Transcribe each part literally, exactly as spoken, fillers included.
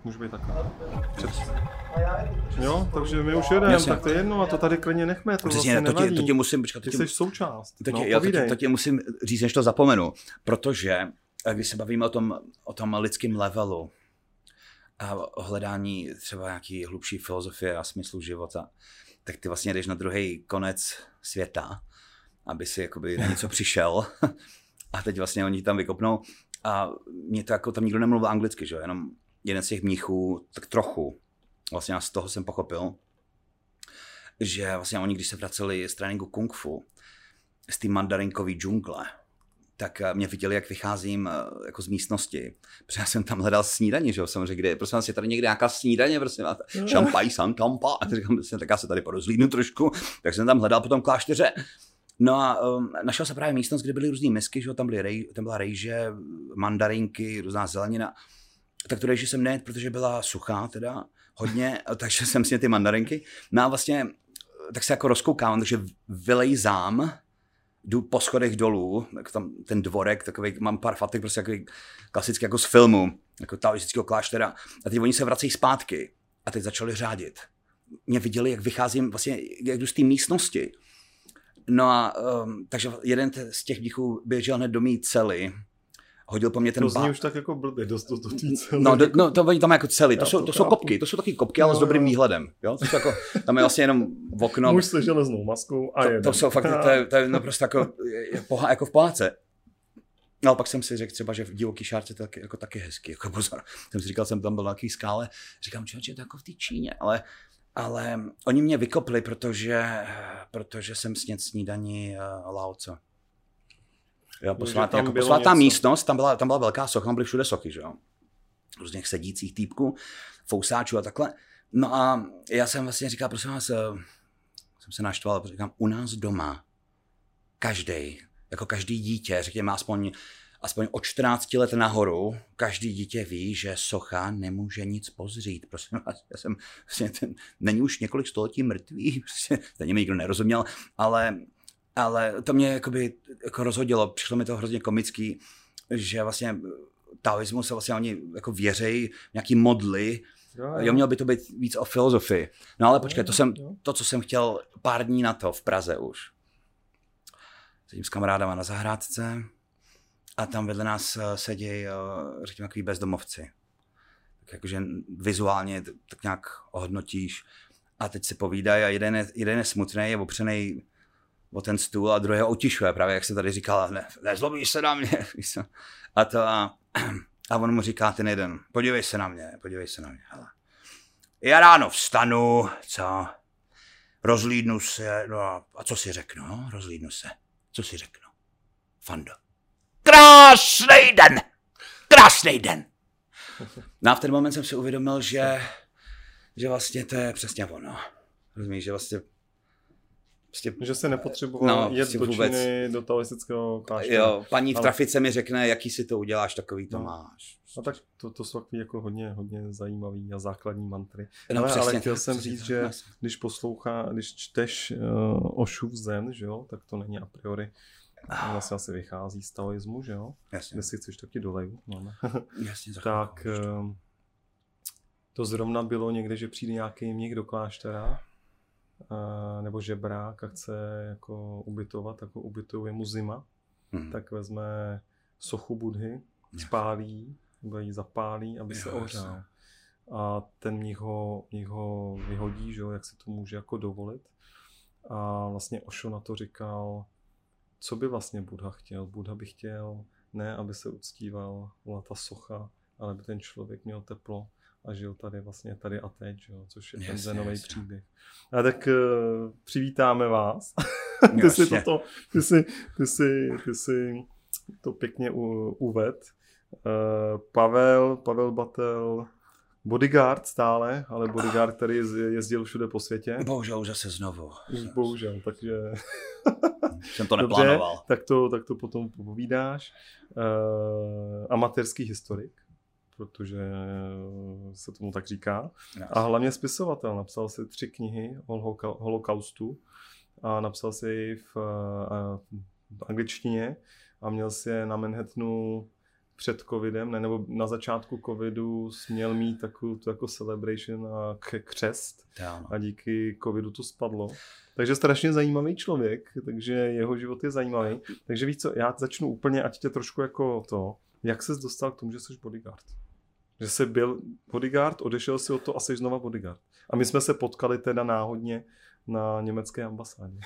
může být takhle. Před... Jo, takže my už jedeme, tak to je jedno a to tady klidně nechme, to Přesně, vlastně to, tě, to tě musím, počkat, ty tě, jsi součást, to tě, no, jo, to, tě, to tě musím říct, než to zapomenu, protože když se bavíme o tom, o tom lidském levelu a o hledání třeba nějaký hlubší filozofie a smyslu života, tak ty vlastně jdeš na druhý konec světa, aby si jakoby na něco přišel a teď vlastně oni tam vykopnou a mě to jako tam nikdo nemluvil anglicky, že jo, jenom jeden z těch mnichů, tak trochu, vlastně z toho jsem pochopil, že vlastně oni, když se vraceli z tréninku kung fu, z té mandarinkové džungle, tak mě viděli, jak vycházím jako z místnosti. Protože já jsem tam hledal snídaně, že jo, samozřejmě, kde, prosím vás, je tady někde nějaká snídaně, prosím vás, šampaj, santampa, a říkám, tak já se tady porozlídnu trošku, tak jsem tam hledal po tom klášteře. No a um, našel se právě místnost, kde byly různý misky, že jo, tam, byly rej, tam byla rejže, mandarinky, různá zelenina. Tak tu rejži jsem nejet, protože byla suchá teda, hodně, takže jsem si ty mandarinky. No a vlastně, tak se jako rozkoukám, takže vylejzám, jdu po schodech dolů, jako tam ten dvorek, takový, mám pár fatek, prostě takový klasický jako z filmu, jako taoistického kláštera. A teď oni se vracejí zpátky a teď začali řádit. Mě viděli, jak vycházím, vlastně, jak jdu z té místnosti. No a um, takže jeden z těch mnichů běžel hned do mý cely, hodil po mě ten to zní bá... už tak jako blbě, dost do, do té cely. No, do, no, to oni tam jako cely, to, jsou, to, to jsou kopky, to jsou taky kopky, ale no, s dobrým výhledem, jo, to jsou jako, tam je vlastně jenom v okno. Muž se železnou maskou a to, jeden. To jsou fakt, to je, to je naprosto jako, pohá, jako v pohádce. No ale pak jsem si řekl třeba, že v divoký šárce to je taky, jako taky hezký, jako pozor. Jsem si říkal, jsem tam byl na nějaký skále, říkám, že je to jako v té Číně, ale Ale oni mě vykopli, protože, protože jsem snědl snídaní uh, Lao Tse. Jo, posvátá, jako posvátá místnost, tam byla, tam byla velká socha, tam byly všude sochy, že jo. Různých sedících týpků, fousáčů a takhle. No a já jsem vlastně říkal, prosím vás, uh, jsem se naštval, protože říkám, u nás doma, každý, jako každý dítě, řekněme aspoň, aspoň od čtrnácti let nahoru, každý dítě ví, že socha nemůže nic pozřít. Prosím vás, já jsem, vlastně ten, není už několik století mrtvý, prostě, to mi nikdo nerozuměl, ale, ale to mě jakoby, jako rozhodilo, přišlo mi to hrozně komický, že vlastně taoismus se vlastně oni jako věřejí, nějaký modly, jo, jo. jo, mělo by to být víc o filozofii. No ale počkej, to, jsem, to, co jsem chtěl pár dní na to v Praze už. Sedím s kamarádama na zahrádce, a tam vedle nás sedějí, řekněme, takový bezdomovci. Tak jakože vizuálně tak nějak ohodnotíš a teď si povídají a jeden je, jeden je smutný, je opřený o ten stůl a druhý ho utišuje, právě jak se tady říkala, ne, nezlobíš se na mě. A to a, a on mu říká ten jeden, podívej se na mě, podívej se na mě. Hele. Já ráno vstanu, co? Rozlídnu se, no a co si řeknu, no? Rozlídnu se. Co si řeknu? Fando. Krásný den! Krásný den! No a v ten moment jsem si uvědomil, že, že vlastně to je přesně ono. Rozumíš, že vlastně... vlastně že se nepotřeboval no, jet vlastně do vůbec, Číny, do taoistického kláštera. Jo, paní v trafice ale... mi řekne, jaký si to uděláš, takový to no. máš. A tak to, to jsou takový jako hodně, hodně zajímavý a základní mantry. No, ale, přesně, ale chtěl tak, jsem říct, že vlastně. když poslouchá, když čteš uh, Oshuv Zen, že jo, tak to není a priori. Ah. Vlastně asi vychází z taoismu, že jo? Jasně. Když si chceš taky doleju. Máme. Jasně, tak uh, to zrovna bylo někde, že přijde nějaký mnich do kláštera uh, nebo žebrák a chce jako ubytovat, jako ubytuje mu zima, hmm. tak vezme sochu Budhy, spálí, nebo ji zapálí, aby jo, se ohřál. A ten mnich ho, mnich ho vyhodí, že jo, jak se to může jako dovolit. A vlastně Osho na to říkal, co by vlastně Buddha chtěl. Buddha by chtěl ne, aby se uctíval ta socha, ale aby ten člověk měl teplo a žil tady vlastně tady a teď, jo, což je jasně, ten zenový příběh. A tak uh, přivítáme vás. ty, si toto, ty, si, ty, si, ty si to pěkně u, uved. Uh, Pavel, Pavel Batel, bodyguard stále, ale bodyguard, který jezdil všude po světě. Bohužel už zase znovu. Bohužel, takže... Jsem to neplánoval. Dobře, tak to, tak to potom povídáš. Uh, amatérský historik, protože se tomu tak říká. Yes. A hlavně spisovatel. Napsal si tři knihy o holokaustu a napsal si ji v, uh, v angličtině a měl si je na Manhattanu před covidem, ne, nebo na začátku covidu směl mít takovou tu jako celebration a křest a díky covidu to spadlo. Takže strašně zajímavý člověk, takže jeho život je zajímavý. Takže víš co, já začnu úplně, ať tě trošku jako to, jak ses dostal k tomu, že jsi bodyguard? Že jsi byl bodyguard, odešel si od toho a jsi znova bodyguard. A my jsme se potkali teda náhodně na německé ambasádě.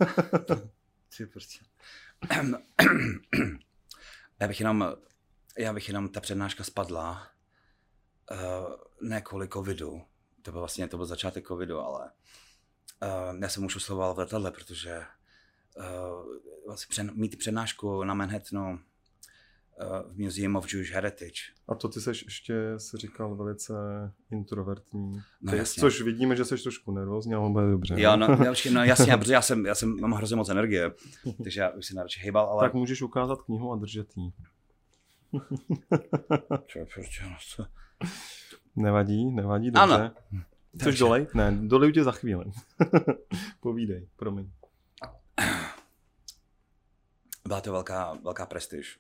já bych jenom, já bych jenom, ta přednáška spadla, uh, ne kvůli covidu, to byl vlastně, to byl začátek covidu, ale uh, já jsem už uslovoval v letadle, protože uh, vlastně přen, mít přednášku na Manhattanu v Museum of Jewish Heritage. A to ty seš ještě, si říkal, velice introvertní. No, ty, jasně. Což vidíme, že seš trošku nervózní, ale bude dobře. Jo, no, no, no jasně, protože já, jsem, já jsem, mám hrozně moc energie, takže já už si nejradši hejbal, ale... Tak můžeš ukázat knihu a držet jí. Nevadí, nevadí, dobře. Ano. Chceš dolej? Ne, dolej tě za chvíli. Povídej, promiň. Byla to velká, velká prestiž.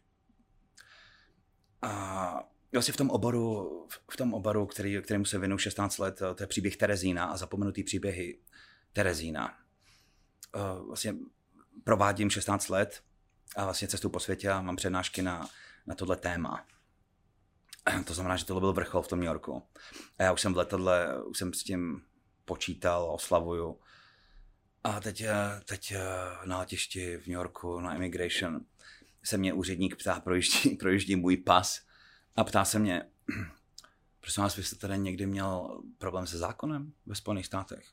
A vlastně v tom oboru, v tom oboru, který, kterému se věnuju šestnáct let, to je příběh Terezína a zapomenutý příběhy Terezína. Vlastně provádím šestnáct let a vlastně cestu po světě a mám přednášky na, na tohle téma. To znamená, že tohle byl vrchol v tom New Yorku. A já už jsem v letadle, už jsem s tím počítal, oslavuju. A teď, teď na letišti v New Yorku na Immigration se mě úředník ptá, projíždí, projíždí můj pas a ptá se mě, prosím vás, vy jste tady někdy měl problém se zákonem ve Spojených státech?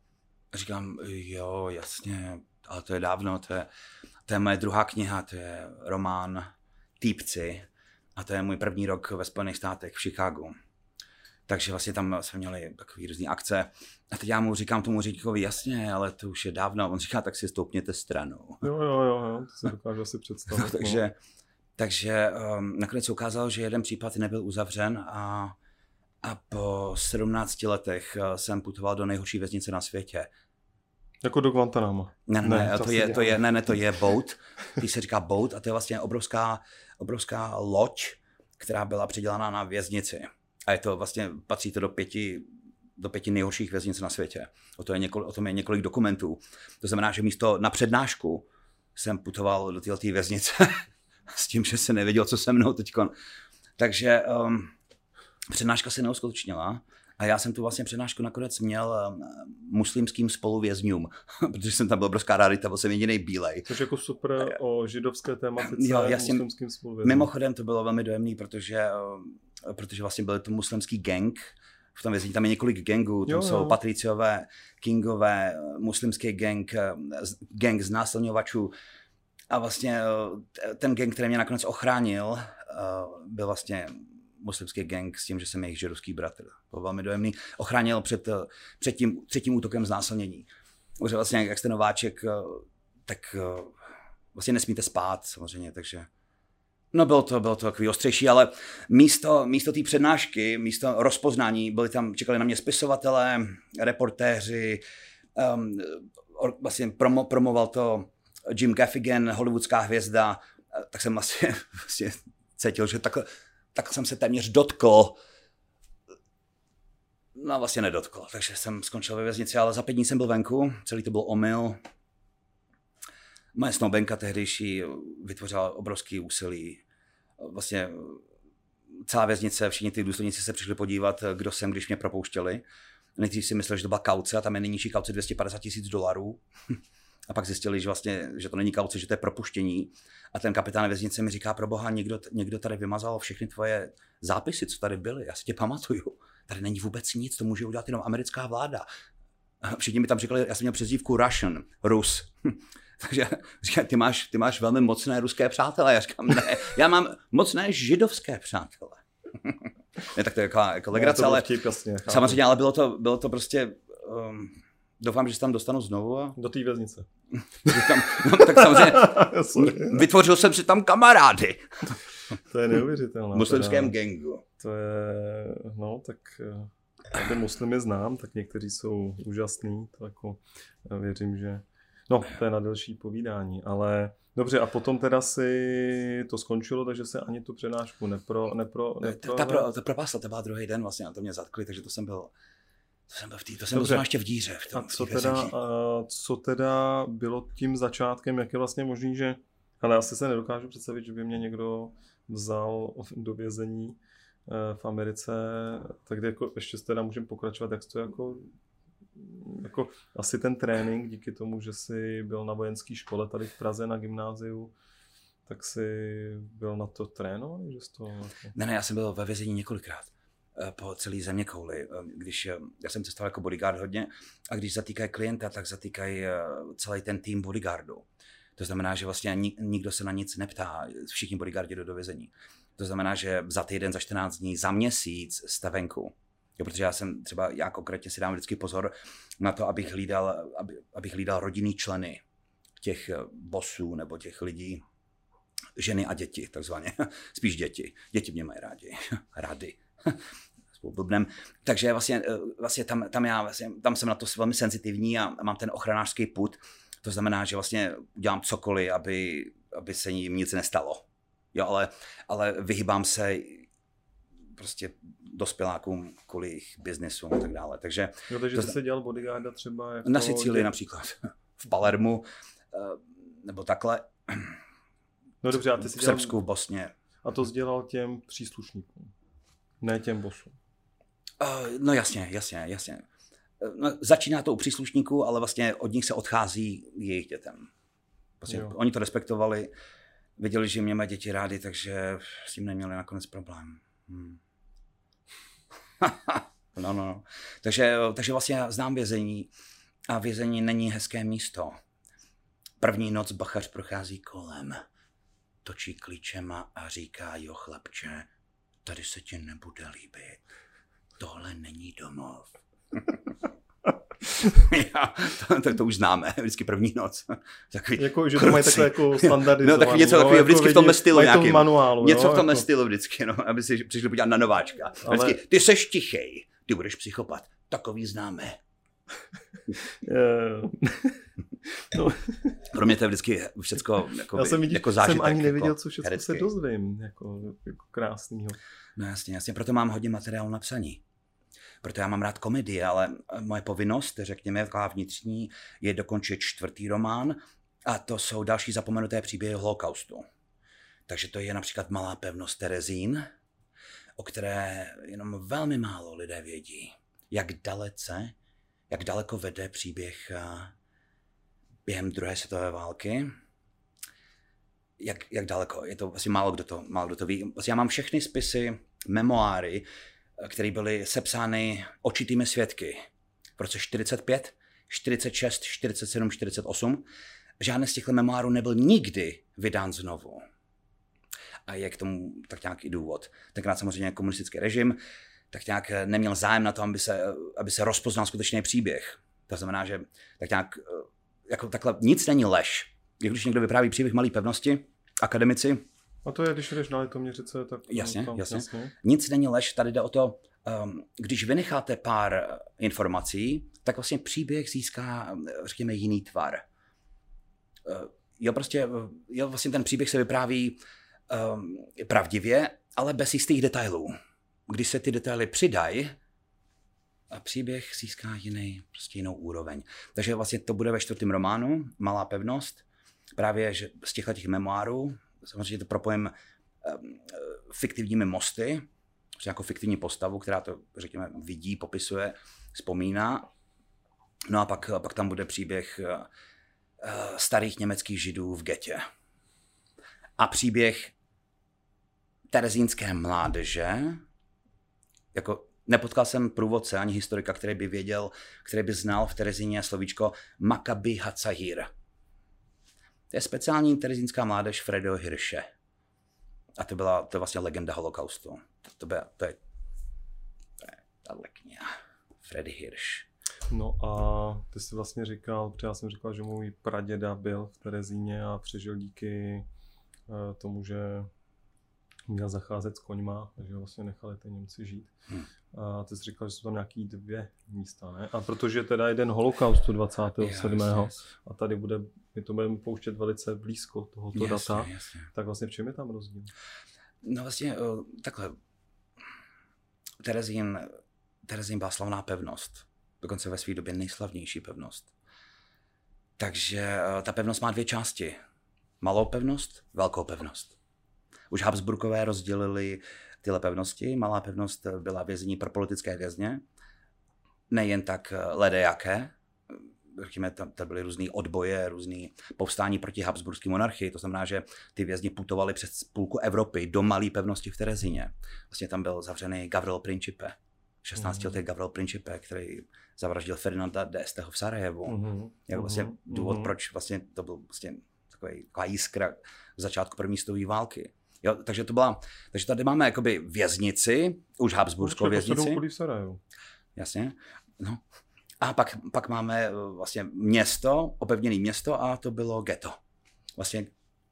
A říkám, jo, jasně, ale to je dávno, to je, to je moje druhá kniha, to je román Týpci a to je můj první rok ve Spojených státech v Chicagu. Takže vlastně tam jsme měli takový různý akce. A teď já mu říkám tomu řídíkovi, jasně, ale to už je dávno. On říká, tak si stoupněte stranou. Jo, jo, jo, jo. To si dokážu asi představit. No, takže takže um, nakonec se ukázalo, že jeden případ nebyl uzavřen a, a po sedmnácti letech uh, jsem putoval do nejhorší věznice na světě. Jako do Guantanama. Ne, ne, ne, to, to, je, to, je, ne, ne to je boat. Tý se říká boat a to je vlastně obrovská, obrovská loď, která byla přidělaná na věznici. A je to vlastně, patří to do pěti, do pěti nejhorších věznic na světě. O, to je několik, o tom je několik dokumentů. To znamená, že místo na přednášku jsem putoval do této věznice s tím, že se nevěděl, co se mnou teďkon. Takže um, přednáška se neuskutečnila a já jsem tu vlastně přednášku nakonec měl um, muslimským spoluvězňům, protože jsem tam byl obrovská rarita, byl jsem jedinej bílej. Což jako super o židovské tématice jo, jasně, muslimským spoluvězňům. Mimochodem to bylo velmi dojemný, protože, um, protože vlastně byl to muslimský gang. V tom vězení tam je několik gangů, tam jo, jsou jo. Patriciové, Kingové, muslimský gang, gang znásilňovačů. A vlastně ten gang, který mě nakonec ochránil, byl vlastně muslimský gang s tím, že jsem jejich židovský bratr. Byl velmi dojemný. Ochránil před, před tím třetím útokem znásilnění. Protože vlastně jak jste nováček, tak vlastně nesmíte spát samozřejmě, takže no bylo to, bylo to takový ostřejší, ale místo, místo té přednášky, místo rozpoznání, byli tam, čekali na mě spisovatelé, reportéři, um, vlastně promo, promoval to Jim Gaffigan, hollywoodská hvězda, tak jsem vlastně, vlastně cítil, že takhle, takhle jsem se téměř dotkl. No vlastně nedotkl, takže jsem skončil ve věznici, ale za pět dní jsem byl venku, celý to byl omyl. Moje snoubenka tehdejší vytvořila obrovský úsilí. Vlastně celá věznice, všichni ty důstojníci se přišli podívat, kdo jsem, když mě propouštěli. Nejdřív si mysleli, že to byla kauce a tam je nejnižší kauce dvě stě padesát tisíc dolarů. A pak zjistili, že vlastně, že to není kauce, že to je propuštění. A ten kapitán věznice mi říká, pro boha, někdo, někdo tady vymazal všechny tvoje zápisy, co tady byly. Já si tě pamatuju. Tady není vůbec nic, to může udělat jenom americká vláda. A všichni mi tam říkali, já jsem měl přezdívku Russian, Rus. Takže říkám, ty máš, ty máš velmi mocné ruské přátelé. Já říkám, ne, já mám mocné židovské přátelé. Ne, tak to je jako, jako legrace, ale vtip, jasně, samozřejmě, ale bylo to, bylo to prostě, um, doufám, že se tam dostanu znovu. A... Do té věznice. Tam, no, tak samozřejmě, vytvořil jsem si tam kamarády. To je neuvěřitelné. V muslimském teda, gangu. To je, no tak, ty muslimy znám, tak někteří jsou úžasní, to jako věřím, že No, to je na delší povídání, ale dobře, a potom teda si to skončilo, takže se ani tu přednášku nepro... nepro, nepro ta, pro, ta propásla, to byla druhý den vlastně, a to mě zatkli, takže to jsem byl, to jsem byl v tý, to jsem byl ještě v díře. V tom, a co teda, a co teda bylo tím začátkem, jak je vlastně možný, že, ale asi se nedokážu představit, že by mě někdo vzal do vězení v Americe, tak jako ještě teda můžeme pokračovat, jak to jako jako asi ten trénink, díky tomu, že jsi byl na vojenské škole tady v Praze na gymnáziu, tak jsi byl na to trénovaný, že jsi to... Jako... Ne, ne, já jsem byl ve vězení několikrát po celé země kouli. Když, já jsem cestoval jako bodyguard hodně a když zatýkají klienta, tak zatýkají celý ten tým bodyguardu. To znamená, že vlastně nikdo se na nic neptá, všichni bodyguardi jdou do vězení. To znamená, že za týden, za čtrnáct dní, za měsíc jste venku. Jo, protože já jsem třeba, já konkrétně si dám vždycky pozor na to, abych hlídal, aby, abych hlídal rodinný členy těch bossů nebo těch lidí, ženy a děti, takzvaně. Spíš děti. Děti mě mají rádi. Rády. Blbnem. Takže vlastně, vlastně, tam, tam, já, vlastně tam jsem na to velmi senzitivní a mám ten ochranářský pud. To znamená, že vlastně udělám cokoliv, aby, aby se jim nic nestalo. Jo, ale, ale vyhýbám se prostě dospělákům kvůli jejich biznesům a tak dále. Takže, jo, takže to jsi dělal bodyguarda třeba jako... Na Sicílii například. V Palermu nebo takhle. No dobře, a ty v jsi Srbsku, dělal... v Bosně. A to sdělal těm příslušníkům, ne těm bossům. Uh, no jasně, jasně, jasně. No, začíná to u příslušníků, ale vlastně od nich se odchází jejich dětem. Vlastně oni to respektovali, věděli, že mě mají děti rádi, takže s tím neměli nakonec problém. Hmm. no, no, no. Takže, takže vlastně znám vězení a vězení není hezké místo. První noc bachař prochází kolem, točí klíčema a říká: jo chlapče, tady se ti nebude líbit. Tohle není domov. Já, to, to, to už známe, vždycky první noc. Takový jako, že to mají takové jako standardizované. No takový něco takového, vždycky v tomhle stylu nějakým. Manuálu, něco jo, v tomhle jako... stylu vždycky, no, aby si přišli podívat na nováčka. Ale... Vždycky, ty seš tichej, ty budeš psychopat. Takový známe. no. Pro mě to je vždycky všecko jako, Já jsem, vidí, jako zážitek. jsem ani neviděl, jako co všechno herecký. se dozvím, jako, jako krásnýho. No jasně, jasně, proto mám hodně materiálu na psaní. Proto já mám rád komedii, ale moje povinnost, řekněme, taková vnitřní, je dokončit čtvrtý román a to jsou další zapomenuté příběhy holokaustu. Takže to je například Malá pevnost Terezín, o které jenom velmi málo lidé vědí. Jak dalece, jak daleko vede příběh během druhé světové války. Jak, jak daleko, je to asi málo kdo to, málo kdo to ví. Já mám všechny spisy, memoáry, které byly sepsány očitými svědky v roce čtyřicet pět, čtyřicet šest, čtyřicet sedm, čtyřicet osm. Žádný z těchto memoárů nebyl nikdy vydán znovu. A je k tomu tak nějak i důvod. Tenkrát samozřejmě komunistický režim tak nějak neměl zájem na to, aby se, aby se rozpoznal skutečný příběh. To znamená, že tak nějak, jako takhle nic není lež. Když někdo vypráví příběh Malé pevnosti, akademici. A to je, když jdeš na Litoměřice, tak... Jasně, tam, jasně, jasně. Nic není lež, tady jde o to, um, když vynecháte pár informací, tak vlastně příběh získá, řekněme, jiný tvar. Uh, jo, prostě, jo, vlastně ten příběh se vypráví um, pravdivě, ale bez jistých detailů. Když se ty detaily přidají, a příběh získá jiný, prostě jinou úroveň. Takže vlastně to bude ve čtvrtém románu, Malá pevnost, právě že z těchto těch memoárů, samozřejmě to propojím um, fiktivními mosty, jako fiktivní postavu, která to, řekněme, vidí, popisuje, vzpomíná. No a pak, pak tam bude příběh uh, starých německých židů v getě. A příběh terezínské mládeže, jako nepotkal jsem průvodce ani historika, který by věděl, který by znal v Terezíně slovíčko Maccabi Hatzahir. To je speciální terezínská mládež Fredyho Hirsche. A to byla to je vlastně legenda holokaustu. To, to, byla, to je to je tahle kniha. Freddy Hirsch. No a ty jsi vlastně říkal, protože já jsem říkal, že můj praděda byl v Terezíně a přežil díky uh, tomu, že měl zacházet s koňma, takže vlastně nechali ty Němci žít. Hmm. A ty jsi říkal, že jsou tam nějaký dvě místa, ne? A protože teda jeden holokaustu dvacátého sedmého Yes, yes. a tady bude, my to budeme pouštět velice blízko tohoto yes, data, yes, yes. tak vlastně v čem je tam rozdíl? No vlastně takhle, Terezín, Terezín byla slavná pevnost, dokonce ve své době nejslavnější pevnost. Takže ta pevnost má dvě části. Malou pevnost, velkou pevnost. Už Habsburkové rozdělili tyhle pevnosti. Malá pevnost byla vězení pro politické vězně. Nejen tak ledejaké. Řekněme, tam, tam byly různý odboje, různý povstání proti habsburské monarchii. To znamená, že ty vězni putovali přes půlku Evropy do malé pevnosti v Terezíně. Vlastně tam byl zavřený Gavril Principe. šestnáctiletý Gavril Principe, který zavraždil Ferdinanda d'Esteho v Sarajevu. Mm-hmm. Jako vlastně důvod, proč vlastně to byl vlastně takový, taková jiskra v začátku první světové války. Jo, takže to byla, takže tady máme jakoby věznici, už habsburskou věznici. Jasně. No. A pak, pak máme vlastně město, opevněné město a to bylo ghetto. Vlastně,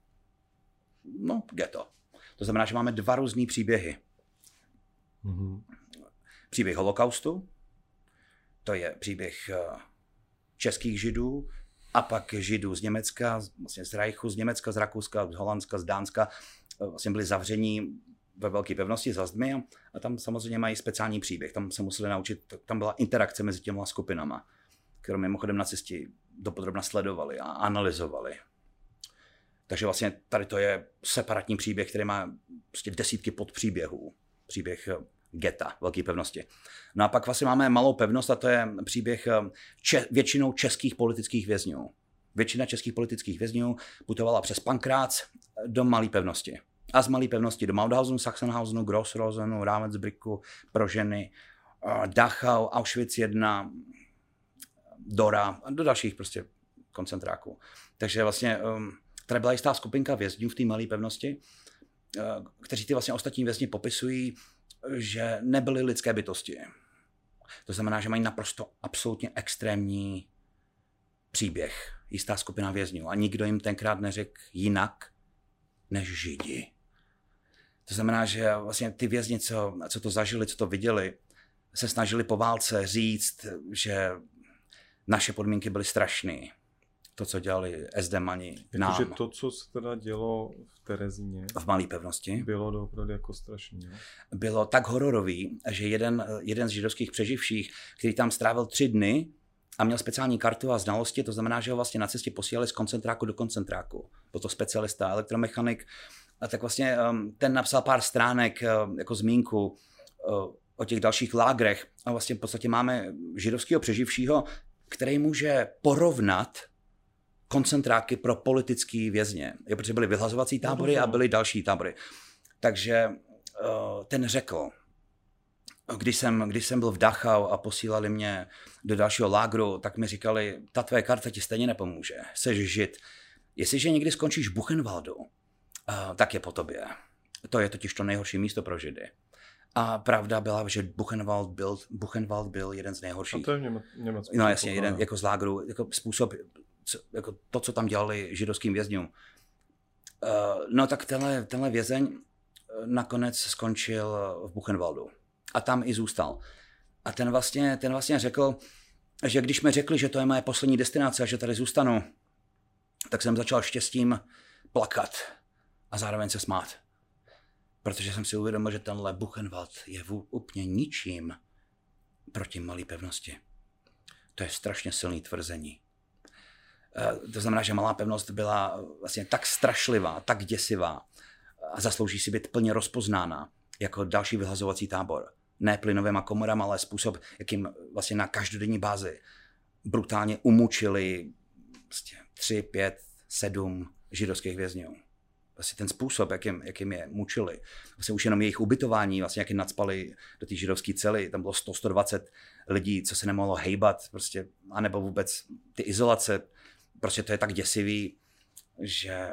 no, ghetto. To znamená, že máme dva různý příběhy. Mm-hmm. Příběh holokaustu, to je příběh českých židů, a pak židů z Německa, vlastně z Reichu, z Německa, z Rakouska, z Holandska, z Dánska, vlastně byli zavření ve velké pevnosti za zdmi a tam samozřejmě mají speciální příběh. Tam se museli naučit, tam byla interakce mezi těma skupinama, kterou mimochodem nacisti dopodrobna sledovali a analyzovali. Takže vlastně tady to je separatní příběh, který má prostě desítky podpříběhů. Příběh geta, velké pevnosti. No a pak vlastně máme malou pevnost a to je příběh če- většinou českých politických vězňů. Většina českých politických vězňů putovala přes Pankrác do malé pevnosti. A z malé pevnosti do Mauthausenu, Sachsenhausenu, Grossrosenu, Ravensbrücku, Proženy, Dachau, Auschwitz jedna, Dora a do dalších prostě koncentráků. Takže vlastně tady byla jistá skupinka vězňů v té malé pevnosti, kteří ty vlastně ostatní vězni popisují, že nebyly lidské bytosti. To znamená, že mají naprosto absolutně extrémní příběh. Jistá skupina vězňů. A nikdo jim tenkrát neřekl jinak než Židi. To znamená, že vlastně ty vězni, co, co to zažili, co to viděli, se snažili po válce říct, že naše podmínky byly strašné. To, co dělali esdemani nám. Takže to, co se teda dělo v Terezíně, v malé pevnosti, bylo doopravdy jako strašný. Ne? Bylo tak hororový, že jeden, jeden z židovských přeživších, který tam strávil tři dny a měl speciální kartu a znalosti, to znamená, že ho vlastně na cestě posílali z koncentráku do koncentráku. Byl to specialista, elektromechanik, a tak vlastně ten napsal pár stránek jako zmínku o těch dalších lágrech a vlastně v podstatě máme židovského přeživšího, který může porovnat koncentráky pro politický vězně. Je, protože byly vyhlazovací tábory a byly další tábory. Takže uh, ten řekl, když jsem, když jsem byl v Dachau a posílali mě do dalšího lágru, tak mi říkali, ta tvoje karta ti stejně nepomůže, seš žid. Jestliže někdy skončíš v Buchenwaldu, uh, tak je po tobě. To je totiž to nejhorší místo pro židy. A pravda byla, že Buchenwald byl, Buchenwald byl jeden z nejhorších. A to je v Německu. No jasně, jeden jako z lágru, jako způsob, jako to, co tam dělali židovským vězňům. Uh, no tak tenhle, tenhle vězeň nakonec skončil v Buchenwaldu. A tam i zůstal. A ten vlastně, ten vlastně řekl, že když mi řekli, že to je moje poslední destinace a že tady zůstanu, tak jsem začal štěstím plakat a zároveň se smát. Protože jsem si uvědomil, že tenhle Buchenwald je úplně ničím proti malé pevnosti. To je strašně silný tvrzení. To znamená, že malá pevnost byla vlastně tak strašlivá, tak děsivá a zaslouží si být plně rozpoznána jako další vyhlazovací tábor. Ne plynovýma komorama, ale způsob, jakým vlastně na každodenní bázi brutálně umučili vlastně tři, pět, sedm židovských vězňů. Vlastně ten způsob, jakým, jakým je mučili. Vlastně už jenom jejich ubytování, vlastně jak je nacpali do té židovské cely, tam bylo sto, sto dvacet lidí, co se nemohlo hejbat, prostě, anebo vůbec ty izolace. Prostě to je tak děsivý, že,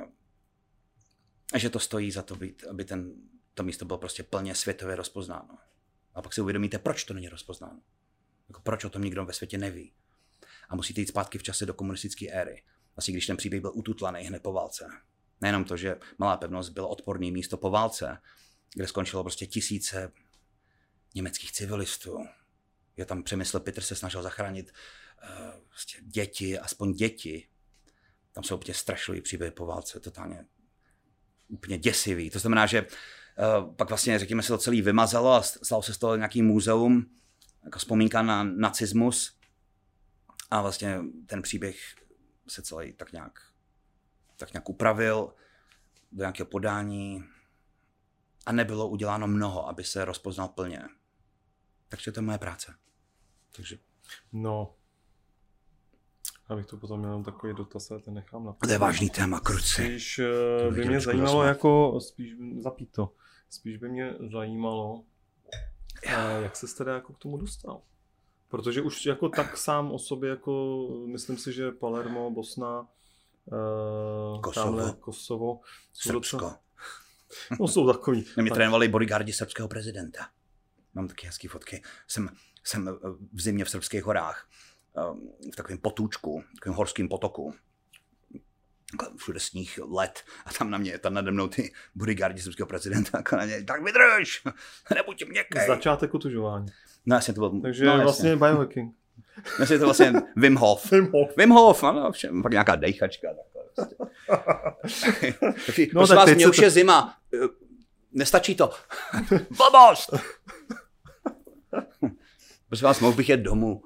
že to stojí za to, být, aby ten, to místo bylo prostě plně světově rozpoznáno. A pak si uvědomíte, proč to není rozpoznáno. Jako proč o tom nikdo ve světě neví. A musíte jít zpátky v čase do komunistické éry. Vlastně když ten příběh byl ututlaný hned po válce. Nejenom to, že malá pevnost bylo odporné místo po válce, kde skončilo prostě tisíce německých civilistů. Je tam Přemysl Pitr se snažil zachránit uh, prostě děti, aspoň děti. Tam jsou úplně strašlivý příběhy po válce, totálně úplně děsivý. To znamená, že uh, pak vlastně, řekněme, se to celý vymazalo a stalo se z toho nějaký muzeum, jako vzpomínka na nacismus. A vlastně ten příběh se celý tak nějak, tak nějak upravil do nějakého podání a nebylo uděláno mnoho, aby se rozpoznal plně. Takže to je moje práce. Takže. No, abych to potom měl takový dotaz, ale ten nechám na. To je vážný téma, kruci. Spíš by mě zajímalo, jako, spíš zapít to, spíš by mě zajímalo, jak se teda jako k tomu dostal. Protože už jako tak sám o sobě, jako myslím si, že Palermo, Bosna, uh, Kosovo, tamhle, Kosovo Srbsko. Docela, no jsou takový. Mě tak. trénovali bodyguardi srbského prezidenta. Mám taky hezký fotky. Jsem, jsem v zimě v srbských horách, v takovém potůčku, v takovém horském potoku. Všude sníh, led a tam na mě, tam nade mnou ty bodyguardi srbského prezidenta, jako na mě, tak vydrž, nebuď měkkej. Začátek otužování. No jasně to bylo. Takže no, vlastně biohacking. Jasně to vlastně Wim Hof. Wim Hof. Wim Hof, ano, všem, pak nějaká dejchačka. Takhle, prostě. No, prosím vás, mě už to... je zima. Nestačí to. Blbost! Prosím vás, mohl bych jet domů.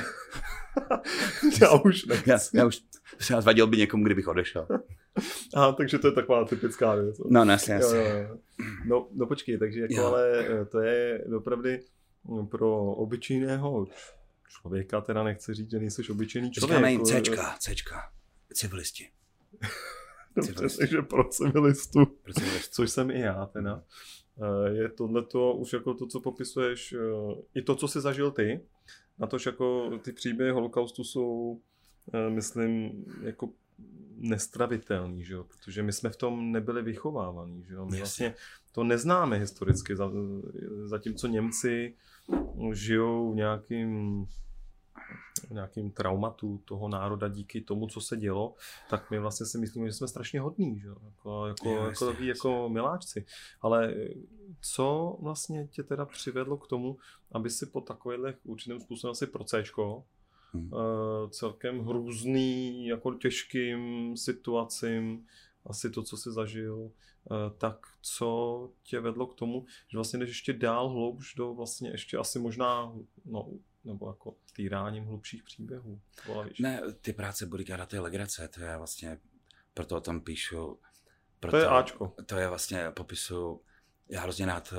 Já už nechci. Já, já už se vadil by někomu, kdybych odešel. Aha, takže to je taková typická věc. No, no jasně, jasně. Jo, jo. No, no počkej, takže jako, Jo. ale to je opravdu pro obyčejného člověka, teda nechci říct, že nejseš obyčejný člověk. Říkáme jim Cčka, Cčka, civilisti. Dobře, takže pro civilistu, Pro civilistu. což jsem i já teda. Je tohleto už jako to, co popisuješ, i to, co jsi zažil ty, na tož jako ty příběhy holokaustu jsou, myslím, jako nestravitelný, že jo? Protože my jsme v tom nebyli vychovávaní, že jo? My vlastně to neznáme historicky, zatímco Němci žijou v nějakým, v nějakým traumatu toho národa díky tomu, co se dělo, tak my vlastně si myslíme, že jsme strašně hodní, že jo? Jako, jako, Jo, jako, takový, jako miláčci. Ale co vlastně tě teda přivedlo k tomu, aby si po takovýchhle určitým způsobem asi pro Cčko, Hmm. Uh, celkem hrůzný, jako těžkým situacím, asi to, co jsi zažil, uh, tak co tě vedlo k tomu, že vlastně jdeš ještě dál hloubš do vlastně ještě asi možná, no, nebo jako týráním hlubších příběhů. Volavíš. Ne, ty práce bodyguarda, to je legrace, to je vlastně, proto o tom píšu. Proto, to je Ačko. To je vlastně, popisu, já hrozně rád,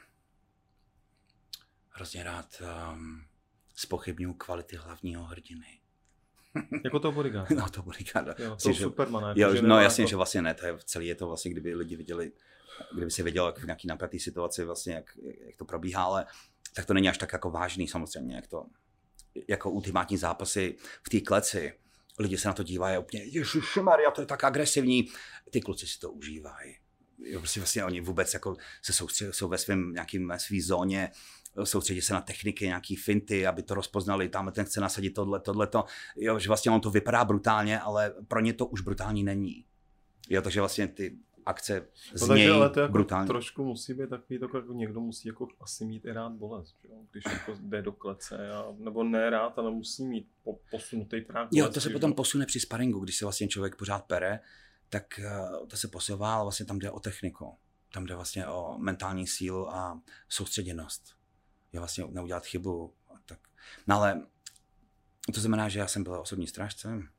hrozně rád um, zpochybňuji kvality hlavního hrdiny. Jako to bodyguarda. No to bodyguarda. Jo, to Supermana. Jo, no jasně, jako... že vlastně ne, to je celý je to vlastně, kdyby lidi viděli, kdyby si věděl jak v nějaký napjatý situaci vlastně, jak, jak to probíhá, ale tak to není až tak jako vážný samozřejmě, jak to, jako ultimátní zápasy v té kleci. Lidi se na to dívají úplně, ježišmarja, to je tak agresivní. Ty kluci si to užívají. Jo, prostě vlastně oni vůbec jako se soustředí, jsou ve svém nějakým svý zóně, soustředí se na techniky, nějaký finty, aby to rozpoznali, tam ten chce nasadit tohle, tohleto. Jo, že vlastně on to vypadá brutálně, ale pro ně to už brutální není. Jo, takže vlastně ty akce znějí no, ale to jako brutálně. Trošku musí být takový, to, jako někdo musí jako asi mít i rád bolest, že? Když jako jde do klece, a, nebo ne rád, ale musí mít po, posunutý práh. Jo, to se potom posune při sparingu, když se vlastně člověk pořád pere, tak to se posouvá, ale vlastně tam jde o techniku. Tam jde vlastně o mentální sílu a soustředěnost. Je vlastně neudělat chybu. A tak. No ale to znamená, že já jsem byl osobní strážcem.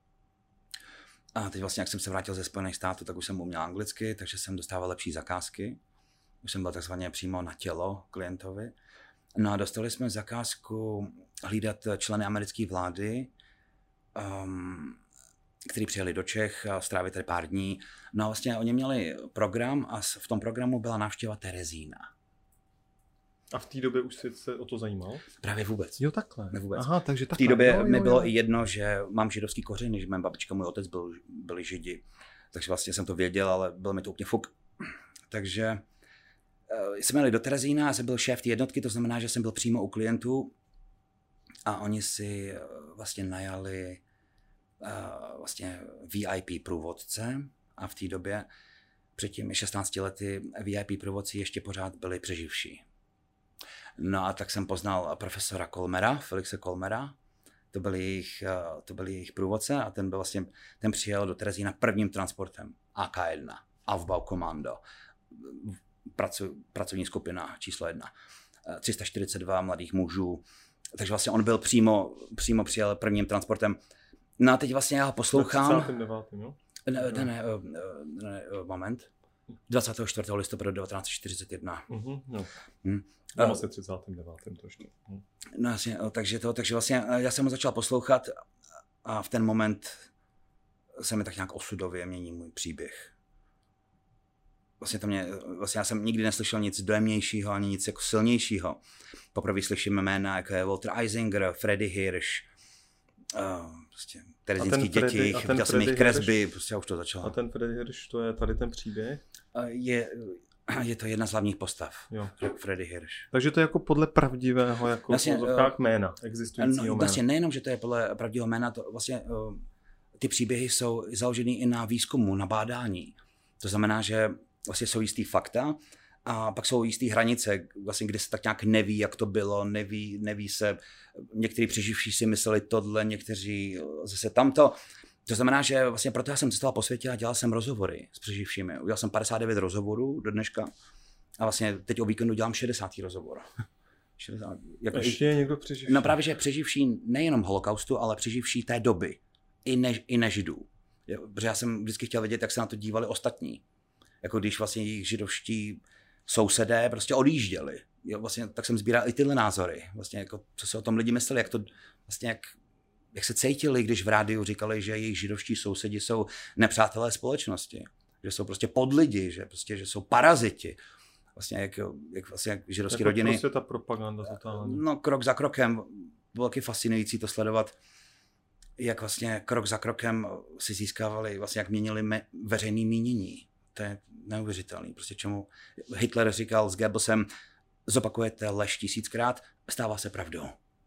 A teď vlastně, jak jsem se vrátil ze Spojených států, tak už jsem uměl anglicky, takže jsem dostával lepší zakázky. Už jsem byl takzvaně přímo na tělo klientovi. No a dostali jsme zakázku hlídat členy americké vlády, um, kteří přijeli do Čech, strávit tady pár dní. No a vlastně oni měli program a v tom programu byla návštěva Terezína. A v té době už jsi se o to zajímal? Právě vůbec. Jo, takhle. Ne vůbec. Aha, takže takhle. V té době jo, jo, mi bylo jo. i jedno, že mám židovský kořeny, že mé babička, můj otec byl, byli židi. Takže vlastně jsem to věděl, ale bylo mi to úplně fuk. Takže uh, jsme jeli do Terezína, já jsem byl šéf té jednotky, to znamená, že jsem byl přímo u klientů a oni si uh, vlastně najali uh, vlastně V I P průvodce a v té době před těmi šestnácti lety V I P průvodci ještě pořád byli přeživší. No a tak jsem poznal profesora Kolmera, Felixe Kolmera, to byl jejich, to byl jejich průvodce a ten byl vlastně, ten přijel do Terezína prvním transportem A K jedna, Aufbau Kommando, pracu, pracovní skupina číslo jedna, tři sta čtyřicet dva mladých mužů, takže vlastně on byl přímo, přímo přijel prvním transportem. No a teď vlastně já ho poslouchám. třicátým devátým jo? Ne, ne, ne, ne, moment. dvacátého čtvrtého listopadu devatenáct set čtyřicet jedna. Uh-huh, no. Hmm. No, vlastně třicátým devátým to ještě. Hmm. No jasně, takže to, takže vlastně já jsem ho začal poslouchat a v ten moment se mi tak nějak osudově mění můj příběh. Vlastně to mě, vlastně já jsem nikdy neslyšel nic dojemnějšího ani nic jako silnějšího. Poprvé slyším jména jako je Walter Isinger, Freddy Hirsch, uh, prostě terezínský děti, viděl jsem jejich kresby, prostě už to začalo. A ten Freddy Hirsch, to je tady ten příběh? Uh, je, je to jedna z hlavních postav, jo. Freddy Hirsch. Takže to je jako podle pravdivého jako vlastně, uh, jména, existujícího no, jména. Vlastně nejenom, že to je podle pravdivého jména, to vlastně uh, ty příběhy jsou založený i na výzkumu, na bádání. To znamená, že vlastně jsou jistý fakta a pak jsou jistý hranice, vlastně, kde se tak nějak neví, jak to bylo, neví, neví se, někteří přeživší si mysleli tohle, někteří zase tamto. To znamená, že vlastně proto já jsem cestoval po světě a dělal jsem rozhovory s přeživšími. Udělal jsem padesát devět rozhovorů do dneška a vlastně teď o víkendu dělám šedesátý rozhovor. šedesát, jako, ještě je někdo přeživší? No právě, že přeživší nejenom holokaustu, ale přeživší té doby, i, ne, i nežidů. Protože já jsem vždycky chtěl vědět, jak se na to dívali ostatní. Jako když vlastně jejich židovští sousedé prostě odjížděli. Jo, vlastně, tak jsem sbíral i tyhle názory. Vlastně jako, co se o tom lidi mysleli, jak to vlastně jak, jak se cítili, když v rádiu říkali, že jejich židovští sousedi jsou nepřátelé společnosti. Že jsou prostě podlidi, že, prostě, že jsou paraziti. Vlastně jak, jak, vlastně jak židovské jako rodiny. Prostě ta propaganda totální. No krok za krokem. Bylo taky fascinující to sledovat, jak vlastně krok za krokem si získávali, vlastně jak měnili me, veřejné mínění. To je neuvěřitelný. Prostě čemu Hitler říkal s Goebbelsem, zopakujete lež tisíckrát, stává se pravdou.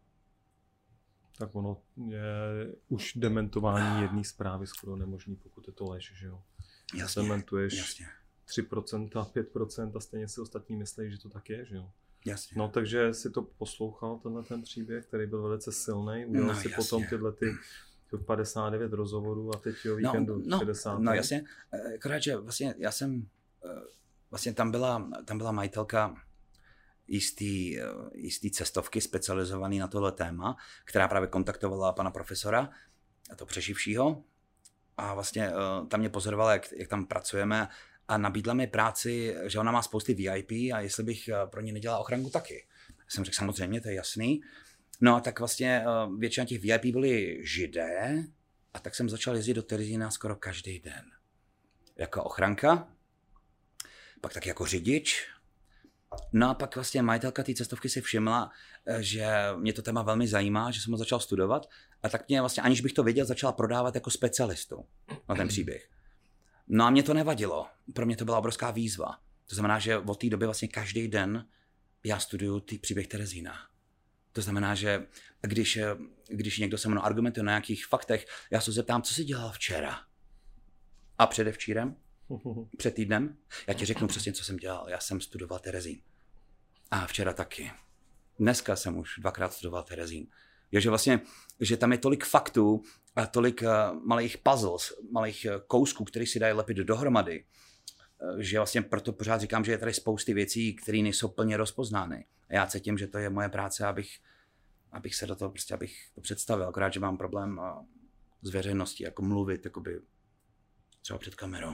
Tak ono je už dementování jedné zprávy skoro nemožný, pokud je to lež, že jo. Jasně, dementuješ jasně. tři procenta, pět procent a stejně si ostatní myslí, že to tak je, že jo. Jasně. No takže si to poslouchal, tenhle ten příběh, který byl velice silný, udělal no, si jasně. potom tyhle ty padesát devět rozhovorů a teď o víkendu no, no, šedesát. No jasně, akorát, že vlastně já jsem, vlastně tam byla, tam byla majitelka jistý, jistý cestovky specializovaný na tohle téma, která právě kontaktovala pana profesora, a to přeživšího, a vlastně tam mě pozorovala, jak, jak tam pracujeme a nabídla mi práci, že ona má spousty V I P a jestli bych pro ně nedělal ochranku taky. Jsem řekl, samozřejmě, to je jasný. No a tak vlastně většina těch V I P byli Židé a tak jsem začal jezdit do Terezína skoro každý den. Jako ochranka, pak tak jako řidič. No a pak vlastně majitelka té cestovky si všimla, že mě to téma velmi zajímá, že jsem ho začal studovat a tak mě vlastně, aniž bych to věděl, začala prodávat jako specialistu na ten příběh. No a mě to nevadilo, pro mě to byla obrovská výzva. To znamená, že od té doby vlastně každý den já studuju ty příběh Terezína. To znamená, že když, když někdo se mnou argumentuje na nějakých faktech, já se zeptám, co jsi dělal včera? A předevčírem? Před týdnem? Já ti řeknu přesně, co jsem dělal. Já jsem studoval Terezín. A včera taky. Dneska jsem už dvakrát studoval Terezín. Je, že vlastně, že tam je tolik faktů a tolik uh, malých puzzles, malých uh, kousků, které si dají lepit dohromady, uh, že vlastně proto pořád říkám, že je tady spousty věcí, které nejsou plně rozpoznány. A já cítím, že to je moje práce, abych, abych se do toho prostě, abych to představil. Akorát, že mám problém uh, s veřejností, jako mluvit, jakoby třeba před kamerou.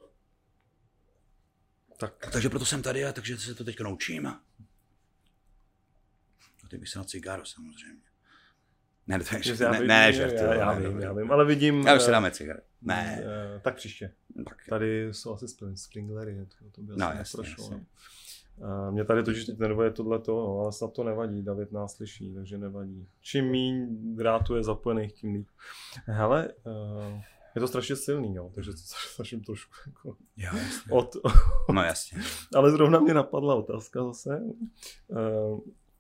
Tak. Takže proto jsem tady a takže se to teďka naučím. A teď bych se na cigáro samozřejmě. Ne, to je, já ne, vím, ne, já, žartuju. já, já ne, vím, ne, já vím, ale vidím... Já už se dáme cigáro. Ne. Uh, tak příště. Tak. Tady jsou asi Springlery, to, to by no, asi jasně, neprošlo. jasně. Uh, mě tady totiž teď nervuje tohleto, no, ale snad to nevadí, David nás slyší, takže nevadí. Čím míň drátů je zapojených, tím líp. Hele, uh, je to strašně silný, jo, takže to strašně trošku jako... Jo, jasně. Od... No jasně. Ale zrovna mě napadla otázka zase. Uh,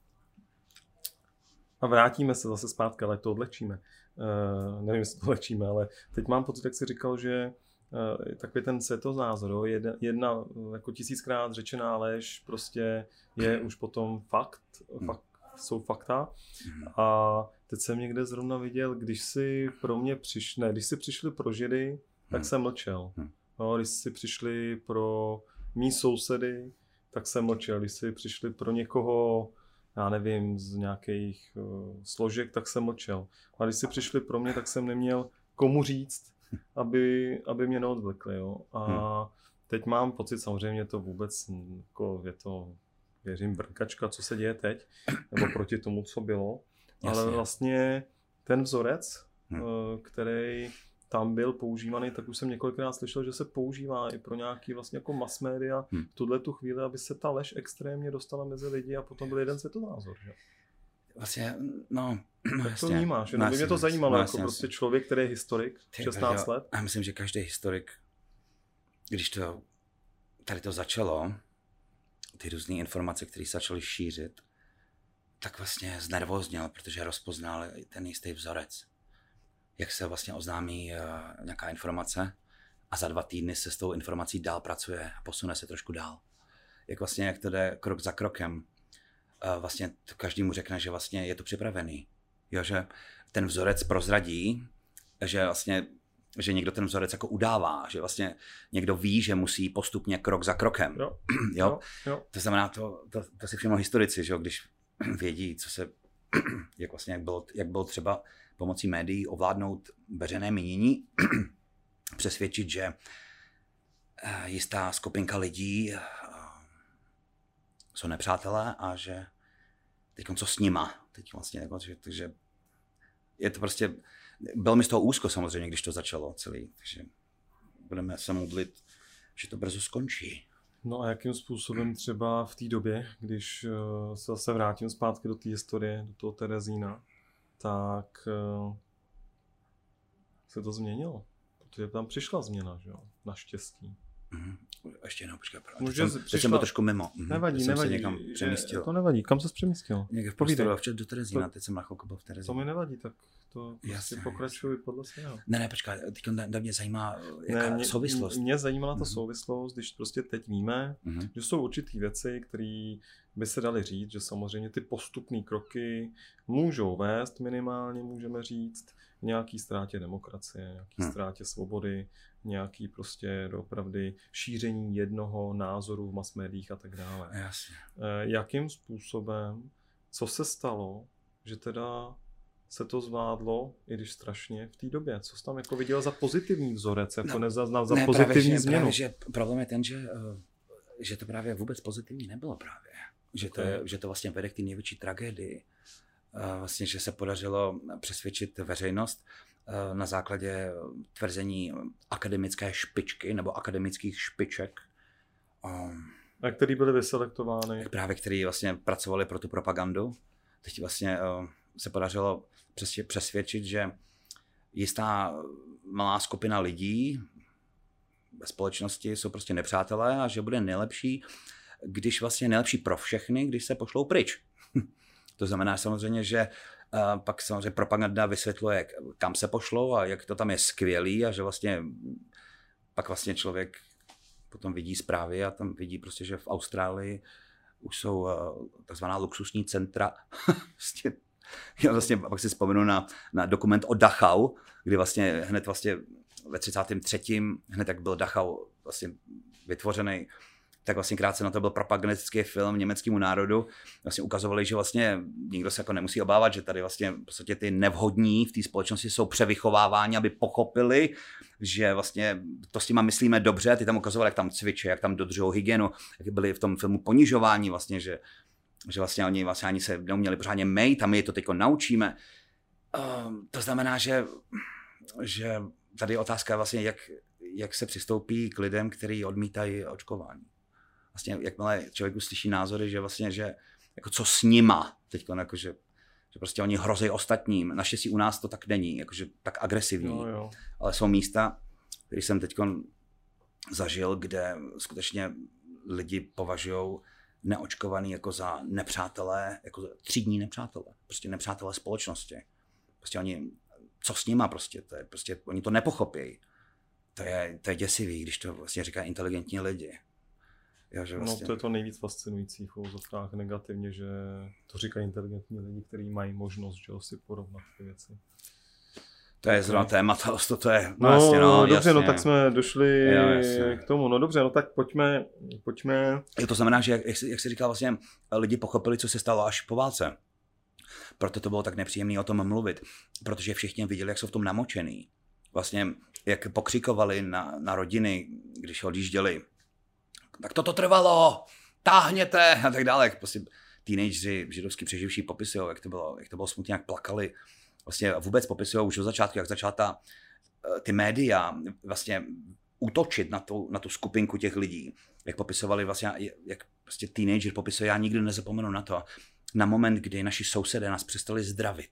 a vrátíme se zase zpátky, ale to odlečíme. Uh, nevím, jestli to odlečíme, ale teď mám pocit, jak jsi říkal, že takový ten světonázor, jo? Jedna, jedna jako tisíckrát řečená lež prostě je už potom fakt, fakt jsou fakta. A teď jsem někde zrovna viděl, když si pro mě přišli, ne, když si přišli pro Židy, tak hmm. jsem mlčel. No, když si přišli pro mý sousedy, tak jsem mlčel. Když si přišli pro někoho, já nevím, z nějakých uh, složek, tak jsem mlčel. A když si přišli pro mě, tak jsem neměl komu říct, aby, aby mě neodvlekli. Jo. A hmm. teď mám pocit, samozřejmě to vůbec, jako je to, věřím, brnkačka, co se děje teď, nebo proti tomu, co bylo. Jasně. Ale vlastně ten vzorec, hmm. který tam byl používaný, tak už jsem několikrát slyšel, že se používá i pro nějaký vlastně jako mass media hmm. v tuhle tu chvíli, aby se ta lež extrémně dostala mezi lidi a potom byl jeden světonázor. Že? Vlastně, no, tak jasně. to vnímáš, jenom by mě to zajímalo, no, jako prostě člověk, který je historik, Ty, šestnáct let. Já myslím, že každý historik, když to tady to začalo, ty různé informace, které se začaly šířit, tak vlastně znervózněl, protože rozpoznal ten jistý vzorec. Jak se vlastně oznámí uh, nějaká informace a za dva týdny se s tou informací dál pracuje a posune se trošku dál. Jak vlastně, jak to jde krok za krokem, uh, vlastně to každému řekne, že vlastně je to připravený. Jo, že ten vzorec prozradí, že vlastně že někdo ten vzorec jako udává, že vlastně někdo ví, že musí postupně krok za krokem. Jo. jo? Jo. Jo. To znamená, to, to, to si všimnou historici, že jo? Když vědí, co se, jak vlastně, jak bylo, jak bylo třeba pomocí médií ovládnout veřejné mínění, přesvědčit, že jistá skupinka lidí jsou nepřátelé a že teď co s nima. Teď vlastně, jako, že, takže je to prostě, bylo mi z toho úzko samozřejmě, když to začalo celý, takže budeme se modlit, že to brzo skončí. No a jakým způsobem třeba v té době, když se zase vrátím zpátky do té historie, do toho Terezína, tak se to změnilo, protože tam přišla změna, že jo, naštěstí. Mm-hmm. Ještě jednou, počkej, teď, Může, jsem, teď přišla... jsem byl trošku mimo. Nevadí, teď nevadí. Jsem se někam přemístil. To nevadí, kam ses přemístil? Někde v prostoru, včet do Terezína, teď jsem na chvilku byl v Terezíně. To mi nevadí, tak to prostě pokračuji podle svého. Ne, ne, počkej, teď mě zajímá, jaká ne, mě, souvislost. Mě zajímala ta mm-hmm. souvislost, když prostě teď víme, mm-hmm. že jsou určitý věci, které by se daly říct, že samozřejmě ty postupné kroky můžou vést minimálně, můžeme říct, nějaký ztrátě demokracie, nějaký hmm. ztrátě svobody, nějaký prostě doopravdy šíření jednoho názoru v mass médiích a tak dále. Jasně. Jakým způsobem, co se stalo, že teda se to zvládlo, i když strašně v té době. Co jsi tam jako viděl za pozitivní vzorec, jako no, nezaznal za ne, pozitivní právě, změnu? Právě, že problém je ten, že, že to právě vůbec pozitivní nebylo právě. Že to, okay. že to vlastně vede k té největší tragédii. Vlastně, že se podařilo přesvědčit veřejnost na základě tvrzení akademické špičky nebo akademických špiček. A který byly vyselektovány? Právě, který vlastně pracovali pro tu propagandu. Teď vlastně se podařilo přesvědčit, že jistá malá skupina lidí ve společnosti jsou prostě nepřátelé a že bude nejlepší, když vlastně nejlepší pro všechny, když se pošlou pryč. To znamená samozřejmě, že uh, pak samozřejmě propaganda vysvětluje, kam se pošlou a jak to tam je skvělý a že vlastně pak vlastně člověk potom vidí zprávy a tam vidí prostě, že v Austrálii už jsou uh, takzvaná luxusní centra. vlastně, já vlastně pak si vzpomenu na, na dokument o Dachau, kdy vlastně hned vlastně ve třicátém třetím hned jak byl Dachau vlastně vytvořený, tak vlastně krátce na to byl propagandistický film německému národu. Vlastně ukazovali, že vlastně nikdo se jako nemusí obávat, že tady vlastně v podstatě ty nevhodní v té společnosti jsou převychováváni, aby pochopili, že vlastně to s těma myslíme dobře. Ty tam ukazovali, jak tam cvičí, jak tam dodržují hygienu, jak byli v tom filmu ponižování vlastně, že, že vlastně oni vlastně ani se neuměli pořádně mejt a my je to teď naučíme. Uh, to znamená, že, že tady je otázka vlastně, jak, jak se přistoupí k lidem, kteří odmítají očkování. Vlastně jakmile člověk uslyší názory, že vlastně, že jako co s nima, teď jako, že, že prostě oni hrozí ostatním. Naštěstí u nás to tak není, jakože tak agresivní. Jo, jo. Ale jsou místa, které jsem teď zažil, kde skutečně lidi považují neočkovaný jako za nepřátelé, jako za třídní nepřátelé. Prostě nepřátelé společnosti. Prostě oni, co s nima prostě, to je prostě, oni to nepochopí. to je, to je děsivý, když to vlastně říká inteligentní lidi. Jo, že vlastně... No to je to nejvíc fascinující v filozofkách negativně, že to říkají inteligentní lidi, kteří mají možnost, že si porovnat ty věci. To je zrovna téma, to, to je, no, no jasně, no, dobře, jasně. no tak jsme došli jo, k tomu, no dobře, no tak pojďme, pojďme. Jo, to znamená, že jak, jak, jsi, jak jsi říkal, vlastně lidi pochopili, co se stalo až po válce. Proto to bylo tak nepříjemné o tom mluvit, protože všichni viděli, jak jsou v tom namočený. Vlastně, jak pokřikovali na, na rodiny, když odjížděli. Tak toto trvalo, táhněte a tak dále. Jak prostě teenageři, židovský přeživší popisují, jak to bylo, jak to bylo smutně, jak plakali. Vlastně vůbec popisují už od začátku, jak začala ta, ty média vlastně útočit na tu, na tu skupinku těch lidí. Jak popisovali vlastně, jak prostě teenager popisuje, já nikdy nezapomenu na to, na moment, kdy naši sousedé nás přestali zdravit.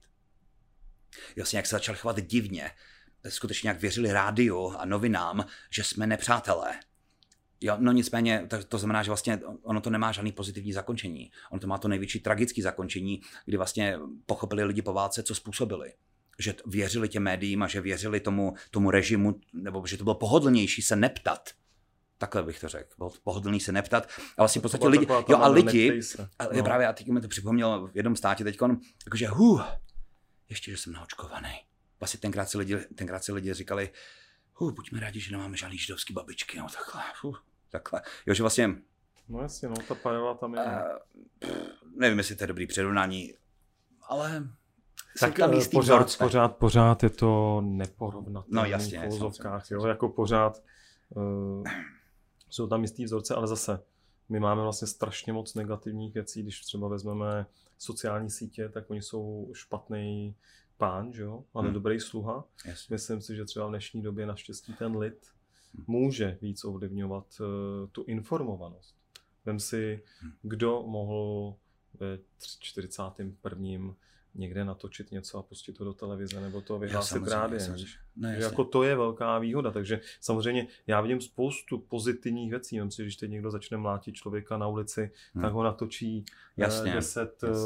Vlastně jak se začali chovat divně, skutečně jak věřili rádiu a novinám, že jsme nepřátelé. Jo, no nicméně, to, to znamená, že vlastně ono to nemá žádný pozitivní zakončení. Ono to má to největší tragické zakončení, kdy vlastně pochopili lidi po válce, co způsobili. Že věřili těm médiím a že věřili tomu, tomu režimu, nebo že to bylo pohodlnější se neptat. Takhle bych to řekl. Bylo pohodlný se neptat. A vlastně v podstatě lidi, jo a lidi, a no. právě a teď mi to připomněl v jednom státě teďkon, jakože huh, ještě, že jsem naočkovaný. Vlastně tenkrát si lidi, tenkrát si lidi říkali, huh, buďme rádi, že nemáme žádný židovský babičky, no takhle, huh, takhle. Jo, že vlastně... No jasně, no, ta pajová tam je. Uh, nevím, jestli to je dobrý přirovnání, ale... Tak tam pořád, pořád, pořád je to neporovnatelné no, jasně, v filozofkách, jo, jako pořád uh, jsou tam jistý vzorce, ale zase my máme vlastně strašně moc negativních věcí, když třeba vezmeme sociální sítě, tak oni jsou špatný pán, že jo, ale hmm. dobrý sluha. Yes. Myslím si, že třeba v dnešní době naštěstí ten lid může víc ovlivňovat uh, tu informovanost. Vem si, hmm. kdo mohl ve čtyřicátém prvním někde natočit něco a pustit to do televize nebo to vyhlásit rádiem. Ne, jako to je velká výhoda, takže samozřejmě já vidím spoustu pozitivních věcí. Myslím si, když teď někdo začne mlátit člověka na ulici, hmm. tak ho natočí jasně, deset jasně.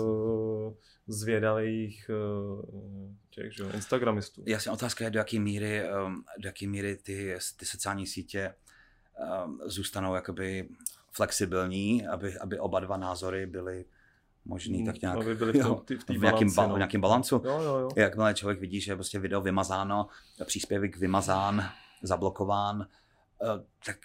zvědavých těch, že, instagramistů. Jasně, otázka je, do jaké míry, do jaké míry ty, ty sociální sítě zůstanou jakoby flexibilní, aby, aby oba dva názory byly možný tak nějak aby byli v, tom, v, v, v nějakým, ba, no. nějakým balancu. Jo, jo, jo. Jakmile člověk vidí, že je prostě video vymazáno, příspěvek vymazán, zablokován, tak...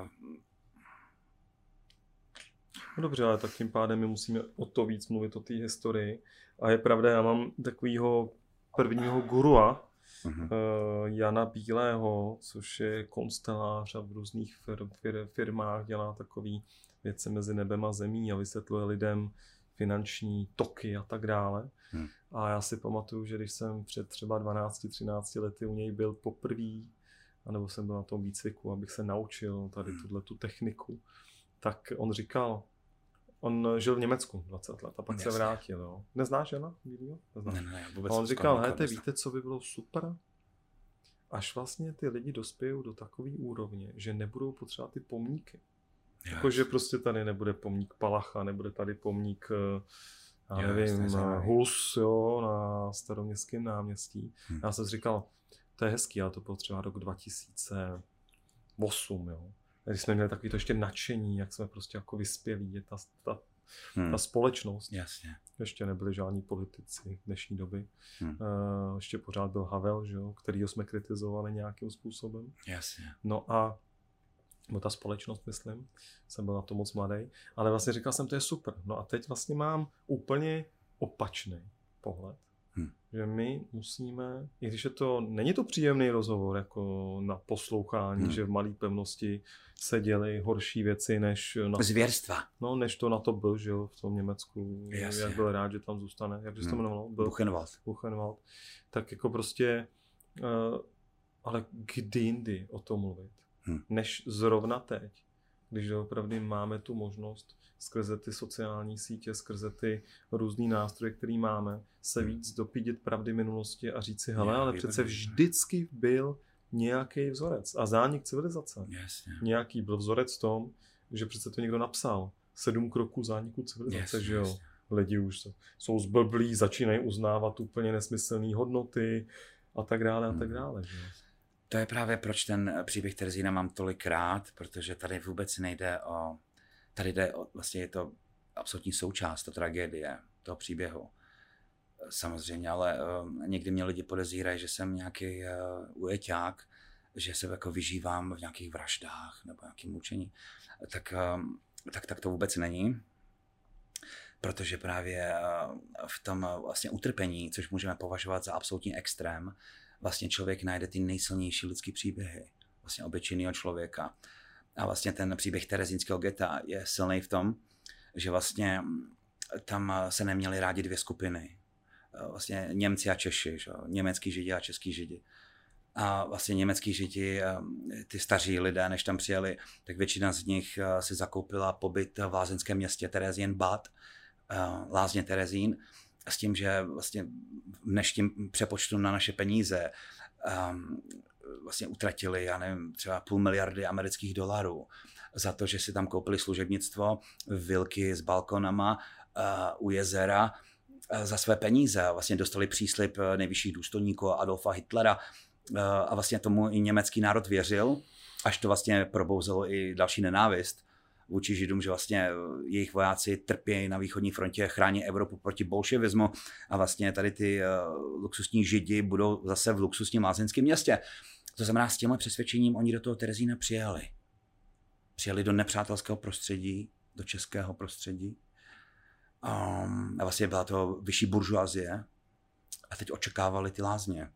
No dobře, ale tak tím pádem my musíme o to víc mluvit o té historii. A je pravda, já mám takového prvního gurua, uh-huh. Jana Bílého, což je konstelář a v různých fir, fir, firmách dělá takový věci mezi nebem a zemí a vysvětluje lidem finanční toky a tak dále. Hmm. A já si pamatuju, že když jsem před třeba dvanácti třinácti lety u něj byl poprvé, anebo jsem byl na tom výcviku, abych se naučil tady hmm. tuhle tu techniku, tak on říkal, on žil v Německu dvacet let a pak Jasně. se vrátil. Jo. Neznáš Jana Bílýho? Ne, ne, ne, a on říkal, hejte, víte, co by bylo super? Až vlastně ty lidi dospějou do takové úrovně, že nebudou potřebovat ty pomníky. Jakože prostě tady nebude pomník Palacha, nebude tady pomník, já nevím, Hus, jo, na Staroměstském náměstí. Hmm. Já jsem si říkal, to je hezký, ale to bylo třeba rok dva tisíce osm, jo. Když jsme měli takový to ještě nadšení, jak jsme prostě jako vyspělí, je ta, ta, hmm. ta společnost. Jasně. Ještě nebyli žádní politici v dnešní doby. Hmm. Uh, ještě pořád byl Havel, že jo, kterýho jsme kritizovali nějakým způsobem. Jasně. No a nebo ta společnost, myslím, jsem byl na to moc mladý, ale vlastně říkal jsem, to je super. No a teď vlastně mám úplně opačný pohled, hmm. že my musíme, i když je to, není to příjemný rozhovor, jako na poslouchání, hmm. že v malé pevnosti se děly horší věci, než na zvěrstva. No, než to na to byl, že jo, v tom Německu, Jasně. jak byl rád, že tam zůstane, jak se to jmenovalo? Byl Buchenwald. Buchenwald. Tak jako prostě, uh, ale kdy jindy o tom mluvit? Hmm. Než zrovna teď, když opravdu máme tu možnost skrze ty sociální sítě, skrze ty různý nástroje, který máme, se víc dopídit pravdy minulosti a říct si, hele, ale přece vždycky byl nějaký vzorec a zánik civilizace. Jasně. Nějaký byl vzorec v tom, že přece to někdo napsal. Sedm kroků zániku civilizace, jasně, že jo. Jasně. Lidi už jsou zblblí, začínají uznávat úplně nesmyslné hodnoty a tak dále a tak dále, že jo. To je právě proč ten příběh Terezína mám tolik rád, protože tady vůbec nejde o, tady jde o, vlastně je to absolutní součást, to tragédie toho příběhu. Samozřejmě, ale uh, někdy mě lidi podezírají, že jsem nějaký uh, ujeťák, že se jako vyžívám v nějakých vraždách nebo nějakým mučení. Tak, uh, tak, tak to vůbec není. Protože právě uh, v tom uh, vlastně utrpení, což můžeme považovat za absolutní extrém, vlastně člověk najde ty nejsilnější lidský příběhy. Vlastně obyčejného člověka. A vlastně ten příběh terezínského geta je silný v tom, že vlastně tam se neměly rádi dvě skupiny. Vlastně Němci a Češi, že? Německý Židi a český Židi. A vlastně německý Židi, ty staří lidé, než tam přijeli, tak většina z nich si zakoupila pobyt v lázeňském městě Theresienbad, lázně Terezín, s tím, že vlastně v dnešním přepočtu na naše peníze vlastně utratili, já nevím, třeba půl miliardy amerických dolarů za to, že si tam koupili služebnictvo, vilky s balkonama u jezera, za své peníze. Vlastně dostali příslib nejvyšších důstojníků Adolfa Hitlera a vlastně tomu i německý národ věřil, až to vlastně probouzelo i další nenávist vůči Židům, že vlastně jejich vojáci trpějí na východní frontě, chrání Evropu proti bolševismu a vlastně tady ty luxusní Židi budou zase v luxusním lázeňském městě. To znamená, s těmhle přesvědčením oni do toho Terezína přijeli. Přijeli do nepřátelského prostředí, do českého prostředí. Um, a vlastně byla to vyšší buržoazie a teď očekávali ty lázně.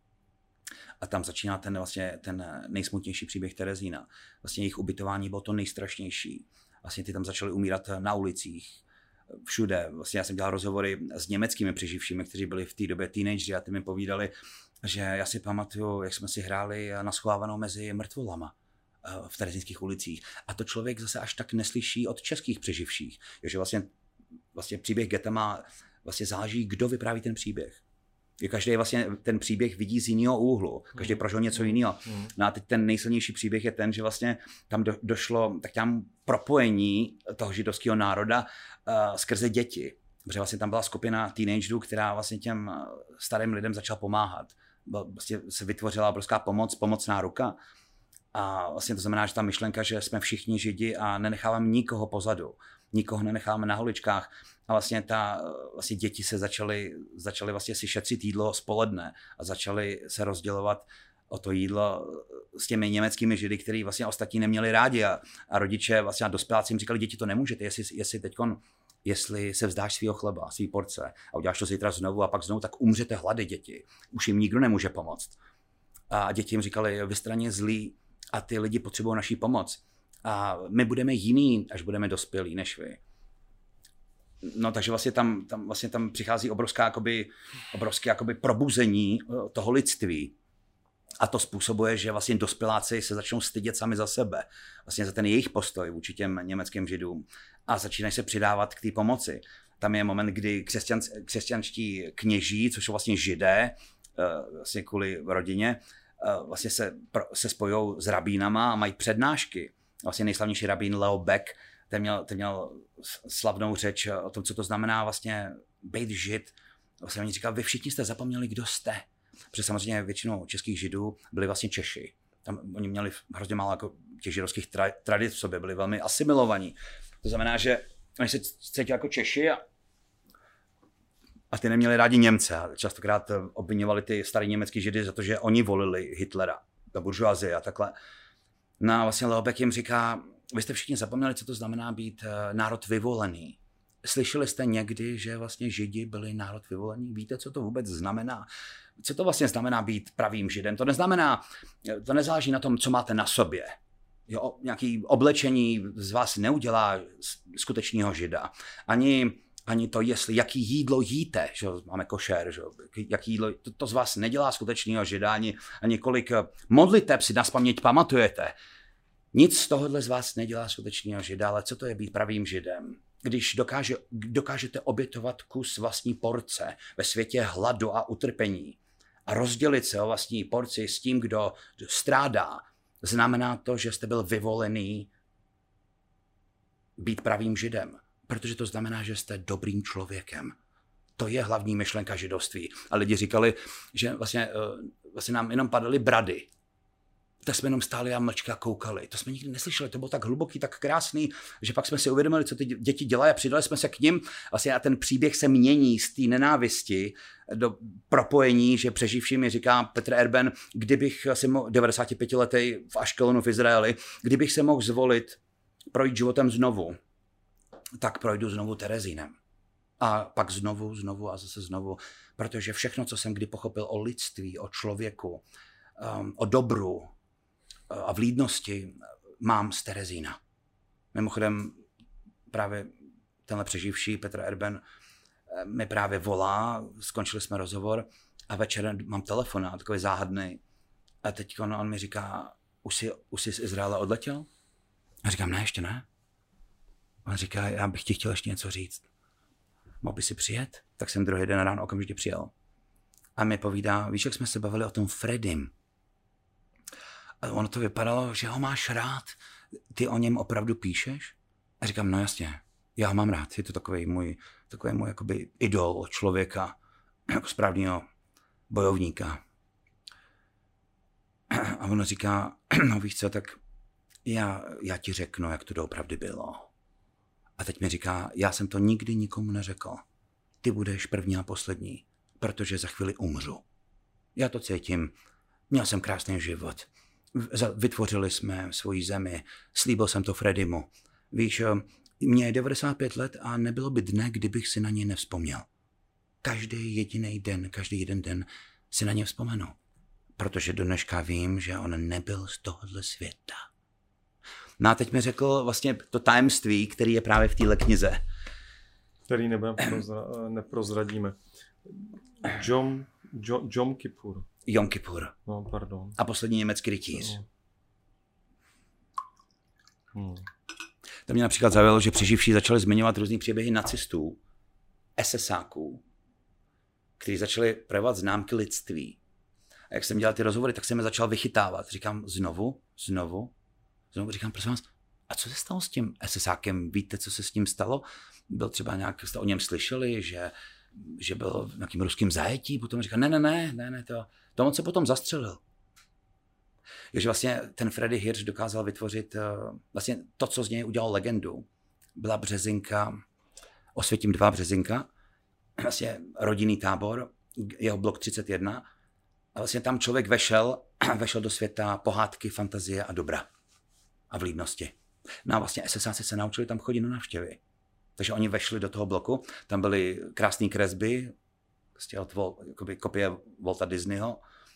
A tam začíná ten, vlastně, ten nejsmutnější příběh Terezína. Vlastně jejich ubytování bylo to nejstrašnější. Vlastně ty tam začali umírat na ulicích, všude. Vlastně já jsem dělal rozhovory s německými přeživšími, kteří byli v té době teenageři a ty mi povídali, že já si pamatuju, jak jsme si hráli na schovávanou mezi mrtvolama v terezínských ulicích. A to člověk zase až tak neslyší od českých přeživších. Že vlastně Vlastně příběh geta má, vlastně záleží, kdo vypráví ten příběh. Každý vlastně ten příběh vidí z jiného úhlu, každý prožil něco jiného. No a teď ten nejsilnější příběh je ten, že vlastně tam do, došlo tak tam propojení toho židovského národa uh, skrze děti. Protože vlastně tam byla skupina teenagerů, která vlastně těm starým lidem začala pomáhat. Vlastně se vytvořila obrovská pomoc, pomocná ruka. A vlastně to znamená, že ta myšlenka, že jsme všichni Židi a nenecháváme nikoho pozadu. Nikoho nenecháme na holičkách. A vlastně, ta, vlastně děti se začaly, začaly vlastně si šetřit jídlo spoledne a začaly se rozdělovat o to jídlo s těmi německými Židy, který vlastně ostatní neměli rádi. A, a rodiče vlastně a dospěláci jim říkali, děti, to nemůžete, jestli, jestli teďkon, jestli se vzdáš svého chleba, svý porce a uděláš to zítra znovu a pak znovu, tak umřete hlady, děti. Už jim nikdo nemůže pomoct. A děti jim říkali, vy straně zlí a ty lidi potřebují naší pomoc. A my budeme jiný, až budeme dospělí, než vy. No takže vlastně tam, tam, vlastně tam přichází obrovská, jakoby, obrovské jakoby probuzení toho lidství. A to způsobuje, že vlastně dospěláci se začnou stydět sami za sebe. Vlastně za ten jejich postoj vůči těm německým Židům. A začínají se přidávat k té pomoci. Tam je moment, kdy křesťan, křesťanští kněží, což jsou vlastně Židé, vlastně kvůli rodině, vlastně se, se spojou s rabínama a mají přednášky. Vlastně nejslavnější rabín Leo Beck, ten měl, ten měl slavnou řeč o tom, co to znamená vlastně být Žid. Vlastně oni říkali, vy všichni jste zapomněli, kdo jste. Protože samozřejmě většinou českých Židů byli vlastně Češi. Tam oni měli hrozně málo jako těch židovských tra- tradic v sobě, byli velmi asimilovaní. To znamená, že oni se cítili jako Češi a, a ty neměli rádi Němce. A častokrát obviňovali ty starý německý Židy za to, že oni volili Hitlera, ta buržoazie a takhle. No a vlastně Leo Beck jim říká, vy jste všichni zapomněli, co to znamená být národ vyvolený. Slyšeli jste někdy, že vlastně Židi byli národ vyvolený? Víte, co to vůbec znamená? Co to vlastně znamená být pravým Židem? To neznamená, to nezáleží na tom, co máte na sobě. Jo, nějaké oblečení z vás neudělá skutečného Žida. Ani, ani to, jestli, jaký jídlo jíte, že máme košer, že jaký jídlo, to, to z vás nedělá skutečného Žida, ani, ani kolik modliteb si nazpaměť pamatujete. Nic z tohohle z vás nedělá skutečného Žida, ale co to je být pravým Židem? Když dokáže, dokážete obětovat kus vlastní porce ve světě hladu a utrpení a rozdělit se o vlastní porci s tím, kdo strádá, znamená to, že jste byl vyvolený být pravým Židem, protože to znamená, že jste dobrým člověkem. To je hlavní myšlenka židovství. A lidi říkali, že vlastně, vlastně nám jenom padaly brady. tak jsme jenom stáli a mlčka koukali. To jsme nikdy neslyšeli, to bylo tak hluboký, tak krásný, že pak jsme si uvědomili, co ty děti dělají a přidali jsme se k nim. Vlastně a ten příběh se mění z té nenávisti do propojení, že přeživší mi říká Petr Erben, kdybych si mohl, devadesátipětiletý v Ashkelonu v Izraeli, kdybych se mohl zvolit projít životem znovu, tak projdu znovu Terezínem. A pak znovu, znovu a zase znovu, protože všechno, co jsem kdy pochopil o lidství, o člověku, um, o dobru uh, a vlídnosti, mám z Terezína. Mimochodem právě tenhle přeživší Petr Erben mi právě volá, skončili jsme rozhovor a večer mám telefonát, takový záhadný. A teď on, on mi říká, už jsi, už jsi z Izraele odletěl? A říkám, ne, ještě ne. On říká, já bych ti chtěl ještě něco říct. Mohl by si přijet? Tak jsem druhý den ráno okamžitě přijel. A mi povídá, víš, jak jsme se bavili o tom Freddym. A ono to vypadalo, že ho máš rád. Ty o něm opravdu píšeš? A říkám, no jasně, já ho mám rád. Je to takový můj, takový můj jakoby idol člověka, jako správného bojovníka. A ono říká, no víš co, tak já, já ti řeknu, jak to doopravdy bylo. A teď mi říká, já jsem to nikdy nikomu neřekl. Ty budeš první a poslední, protože za chvíli umřu. Já to cítím. Měl jsem krásný život. Vytvořili jsme svoji zemi. Slíbil jsem to Freddymu. Víš, mě je devadesát pět let a nebylo by dne, kdybych si na něj nevzpomněl. Každý jediný den, každý jeden den si na něj vzpomenu. Protože do dneška vím, že on nebyl z tohohle světa. No a teď mi řekl vlastně to tajemství, který je právě v téhle knize. Který nebudeme prozra- neprozradíme. Jom, Jom, Jom Kippur. Jom Kippur. No, pardon. A poslední německý rytíř. No. Hmm. To mě například zaujalo, že přeživší začali zmiňovat různý příběhy nacistů, esesáků, kteří začali projevovat známky lidství. A jak jsem dělal ty rozhovory, tak jsem je začal vychytávat. Říkám znovu, znovu, znovu říkám, prosím vás, a co se stalo s tím esesákem? Víte, co se s ním stalo? Byl třeba nějak, jste o něm slyšeli, že, že byl v nějakým ruským zajetí? Potom říkám, ne, ne, ne, ne, ne, to, to on se potom zastřelil. Takže vlastně ten Freddy Hirsch dokázal vytvořit uh, vlastně to, co z něj udělal legendu. Byla Březinka, Osvětím dva Březinka, vlastně rodinný tábor, jeho blok třicet jedna. A vlastně tam člověk vešel, vešel do světa pohádky, fantazie a dobra. A vlídnosti. No a vlastně esesáci se naučili tam chodit na návštěvy. Takže oni vešli do toho bloku, tam byly krásné kresby, prostě od jakoby kopie Walta Disneyho.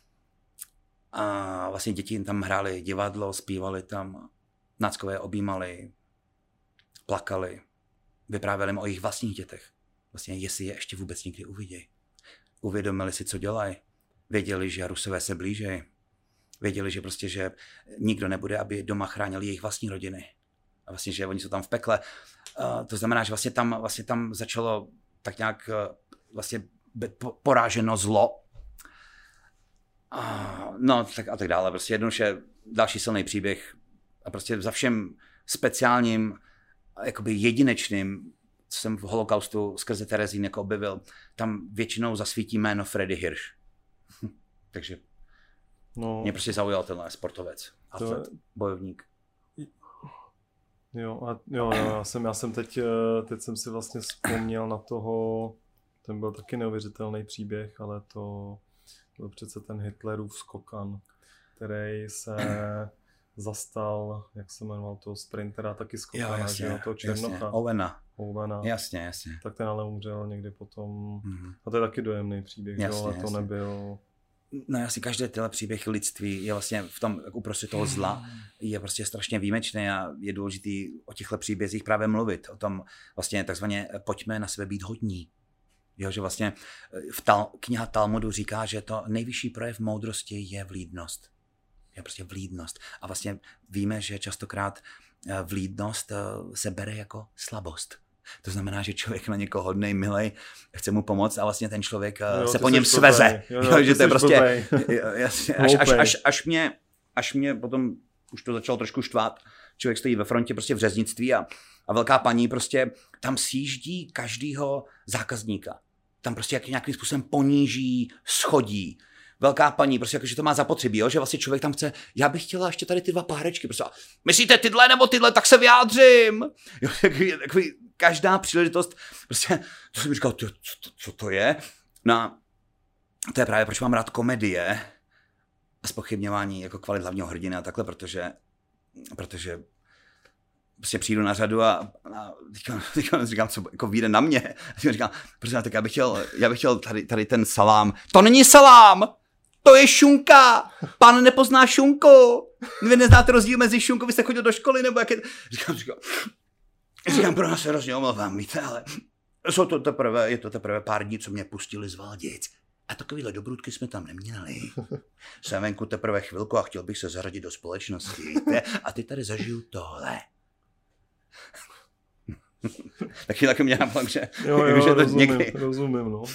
A vlastně děti tam hráli divadlo, zpívali tam, náckové objímali, plakali, vyprávěli o jejich vlastních dětech. Vlastně jestli je ještě vůbec nikdy uvidějí. Uvědomili si, co dělají. Věděli, že Rusové se blížejí. Věděli, že prostě, že nikdo nebude, aby doma chránil jejich vlastní rodiny. A vlastně, že oni jsou tam v pekle. Uh, to znamená, že vlastně tam, vlastně tam začalo tak nějak uh, vlastně poráženo zlo. Uh, no, tak a tak dále. Prostě jednoduše další silný příběh. A prostě za všem speciálním, jakoby jedinečným, co jsem v holokaustu skrze Terezín jako objevil, tam většinou zasvítí jméno Freddy Hirsch. Takže no, mě prostě zaujal tenhle sportovec, atlet, to... bojovník. Jo, a, jo, jo já, jsem, já jsem teď, teď jsem si vlastně vzpomněl na toho, ten byl taky neuvěřitelný příběh, ale to byl přece ten Hitlerův skokan, který se zastal, jak se jmenoval, toho sprintera, taky skokana, jo, jasně, že, toho Černocha. Owena. Owena. Jasně, jasně. Tak ten ale umřel někdy potom. Mm-hmm. A to je taky dojemný příběh, jasně, ale to jasně. Nebyl... No jasně, každý tyhle příběh lidství je vlastně v tom, jak uprostřed toho zla, je prostě strašně výjimečný a je důležitý o těchto příbězích právě mluvit. O tom vlastně takzvaně pojďme na sebe být hodní. Jo, že vlastně v tal, kniha Talmudu říká, že to nejvyšší projev moudrosti je vlídnost. Je prostě vlídnost. A vlastně víme, že častokrát vlídnost se bere jako slabost. To znamená, že člověk na někoho hodnej, milej, chce mu pomoct a vlastně ten člověk jo, se po něm sveze. Jo, jo, že to je prostě, jasně, až, až, až, až, mě, až mě potom už to začalo trošku štvát. Člověk stojí ve frontě prostě v řeznictví a, a velká paní prostě tam sjíždí každýho zákazníka. Tam prostě jak nějakým způsobem poníží, schodí. velká paní, prostě jako, že to má zapotřebí, jo? Že vlastně člověk tam chce, já bych chtěla ještě tady ty dva párečky, prostě, myslíte tyhle nebo tyhle, tak se vyjádřím. Jo, takový, takový, každá příležitost, prostě, to jsem říkal, co, co, co to je? No, to je právě, proč mám rád komedie a zpochybňování jako kvalit hlavního hrdiny a takhle, protože, protože prostě přijdu na řadu a, a teďka, teďka říkám, co jako vyjde na mě. A teďka říkám, protože tak já bych chtěl, já bych chtěl tady, tady ten salám. To není salám, to je šunka. Pán nepozná šunku. Vy neznáte rozdíl mezi šunkou, vy jste chodil do školy, nebo jak je... Říkám, říkám, říkám pro nás se hrozně omlouvám, víte, ale jsou to teprve, je to teprve pár dní, co mě pustili z Valdic. A takovýhle dobrůdky jsme tam neměli. Jsem venku teprve chvilku a chtěl bych se zařadit do společnosti, víte? A ty tady zažiju tohle. Taky taky mě napadlo, že, jo, jo, že to rozumím, někdy... rozumím, no.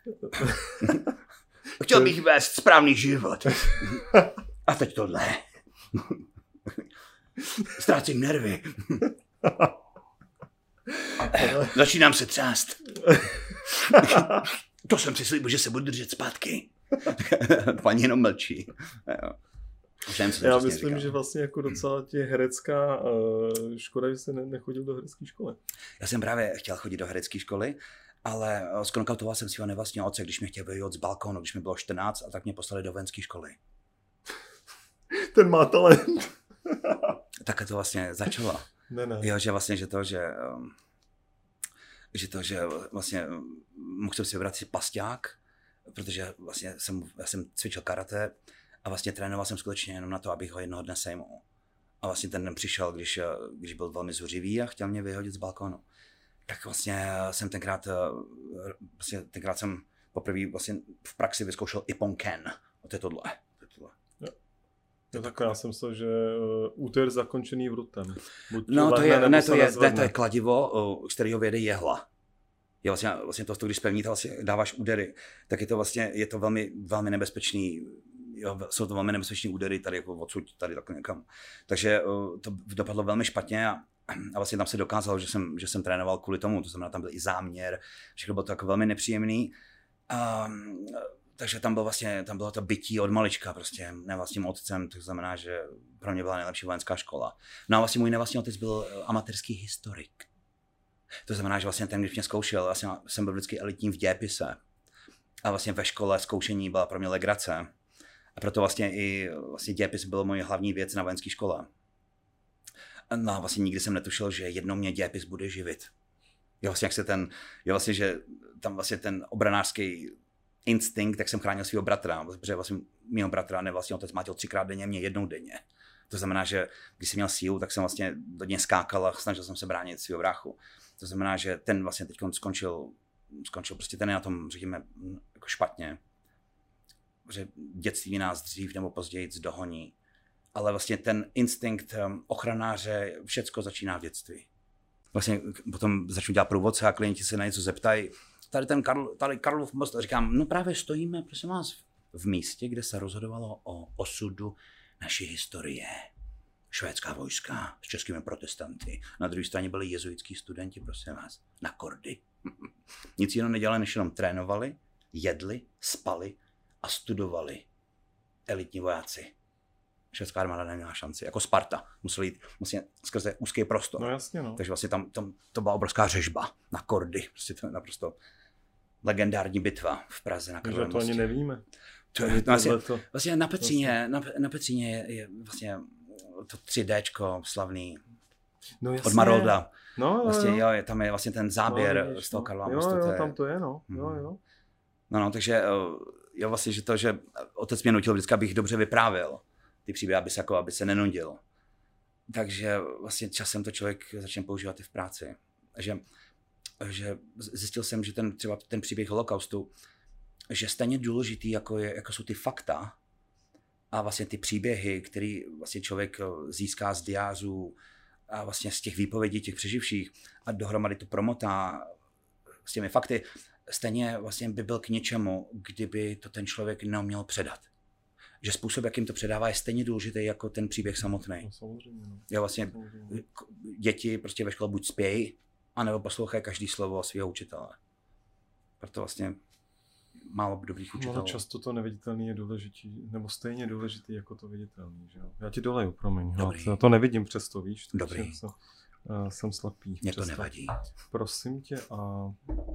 Chtěl bych vést správný život. A teď tohle. Ztrácím nervy. Začínám se třást. To jsem si slíbil, že se budu držet zpátky. Paní jenom mlčí. Jo. Já myslím, říkal. Že vlastně jako docela tě herecká uh, škoda, že jsi ne- nechodil do herecké školy. Já jsem právě chtěl chodit do herecké školy, ale zkonkautoval jsem svého nevlastního otce, když mě chtěl vyhodit z balkónu, když mi bylo čtrnáct, a tak mě poslali do vojenské školy. Ten má talent. Tak to vlastně začalo. Ne, ne. Jo, že vlastně, že to, že... Um, že to, že vlastně mohl jsem si vybrat si pasťák, protože vlastně jsem, já jsem cvičil karate a vlastně trénoval jsem skutečně jenom na to, abych ho jednoho dne sejmul. A vlastně ten den přišel, když, když byl velmi zuřivý a chtěl mě vyhodit z balkónu. Tak vlastně jsem tenkrát, vlastně tenkrát jsem poprvé vlastně v praxi vyzkoušel Ippon-ken. A to je tohle. To je tohle. No tak já jsem myslel, že uh, úter zakončený vrutem. Buď no to je, ne, to je, ne, to je kladivo, z kterého vyjede jehla. Je vlastně, vlastně to, když pevní, to vlastně dáváš údery, tak je to vlastně, je to velmi, velmi nebezpečný, jo, jsou to velmi nebezpečný údery tady jako odsud, tady takhle někam. Takže uh, to dopadlo velmi špatně a, a vlastně tam se dokázalo, že jsem, že jsem trénoval kvůli tomu, to znamená, tam byl i záměr, všechno bylo to jako velmi nepříjemný. Um, Takže tam bylo vlastně, tam bylo to bytí od malička prostě nevlastním otcem, to znamená, že pro mě byla nejlepší vojenská škola. No a vlastně můj nevlastní otec byl amatérský historik. To znamená, že vlastně ten, když mě zkoušel, vlastně jsem byl vždycky elitní v dějepise. A vlastně ve škole zkoušení byla pro mě legrace. A proto vlastně i vlastně dějepis byl moje hlavní věc na vojenské škole. No a vlastně nikdy jsem netušil, že jednou mě dějepis bude živit. Je vlastně, jak se ten, je vlastně, že tam vlastně ten obranářský instinkt, tak jsem chránil svého bratra, protože vlastně mého bratra nevlastní otec mátil třikrát denně, mě jednou denně. To znamená, že když jsem měl sílu, tak jsem vlastně do něj skákal a snažil jsem se bránit svého bráchu. To znamená, že ten vlastně teď skončil, skončil prostě ten je na tom, řekněme, jako špatně. Že dětství nás dřív nebo později dohoní. Ale vlastně ten instinkt ochranáře, všecko začíná v dětství. Vlastně potom začnu dělat průvodce a klienti se na něco zeptají. Tady ten Karl, tady Karlov most, a říkám, no právě stojíme, prosím vás, v místě, kde se rozhodovalo o osudu naší historie. Švédská vojska s českými protestanty. Na druhé straně byli jezuitský studenti, prosím vás, na kordy. Nic jiného nedělali, než jenom trénovali, jedli, spali a studovali. Elitní vojáci. Švédská armáda neměla šanci, jako Sparta. Museli jít museli skrze úzký prostor. No jasně, no. Takže vlastně tam, tam to byla obrovská řežba na kordy. Prostě to je naprosto legendární bitva v Praze na Karlově mostě. To ani nevíme. To je, vlastně, vlastně na Petříně, na, na Petříně je, je vlastně to tři déčko slavný no od Marolda. No, jo, vlastně, jo. jo, je, tam je vlastně ten záběr no, vidíš, z toho Karlova no. mostu. Jo, jo, to je, tam to je, no. Jo, jo. No, no, takže jo, vlastně, že to, že otec mě nutil vždycky, abych dobře vyprávěl ty příběhy, aby se, jako, aby se nenudil. Takže vlastně časem to člověk začne používat i v práci. Že, že zjistil jsem, že ten, třeba ten příběh holokaustu, že stejně důležitý, jako, je, jako jsou ty fakta a vlastně ty příběhy, které vlastně člověk získá z diářů a vlastně z těch výpovědí těch přeživších a dohromady to promotá s těmi fakty, stejně vlastně by byl k něčemu, kdyby to ten člověk neuměl předat. Že způsob, jakým to předává, je stejně důležitý jako ten příběh samotný. No, samozřejmě. No. Já vlastně samozřejmě. Děti prostě ve škole buď spějí, anebo poslouchají každý slovo svého učitele. Proto vlastně málo dobrých učitelů. No, často to neviditelný je důležitý, nebo stejně důležitý jako to viditelný, že jo. Já ti doleju, promiň. Dobrý. Já to nevidím přesto, víš. Dobrý. Jsem, uh, jsem slepý. Mně to nevadí. Prosím tě a...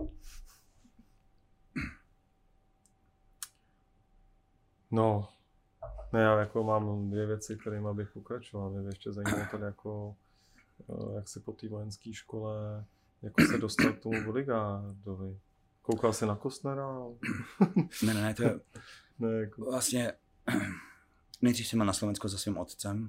No, ne, já jako mám dvě věci, kterými bych pokračoval. Mě ještě zajímalo tady jako, jak se po té vojenské škole, jako se dostal k tomu bodyguardovi. Koukal jsi na Kostnera? ne, ne, ne, to je ne, jako... vlastně, nejdřív jsem byl na Slovensku za svým otcem.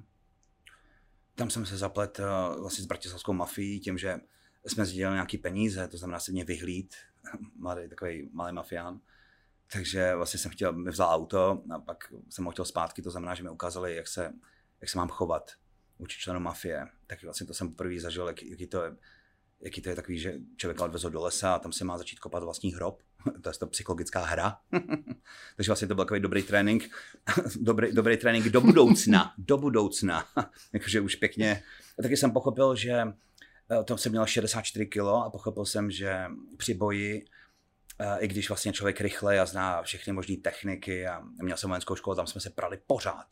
Tam jsem se zaplet vlastně s bratislavskou mafií tím, že jsme sdělili nějaký peníze, to znamená se mě vyhlíd, mladý, takový malý mafián. Takže vlastně jsem chtěl, mi vzal auto a pak jsem ho chtěl zpátky, to znamená, že mi ukázali, jak se, jak se mám chovat vůči členům mafie. Tak vlastně to jsem poprvé zažil, jak, jaký, to je, jaký to je takový, že člověka odvezou do lesa a tam se má začít kopat vlastní hrob. To je to psychologická hra. Takže vlastně to byl takový dobrý trénink, dobrý, dobrý trénink do budoucna, do budoucna. Jakože už pěkně. A taky jsem pochopil, že to jsem měl šedesát čtyři kilo a pochopil jsem, že při boji i když vlastně člověk rychle a zná všechny možné techniky a měl jsem vojenskou školu, tam jsme se prali pořád.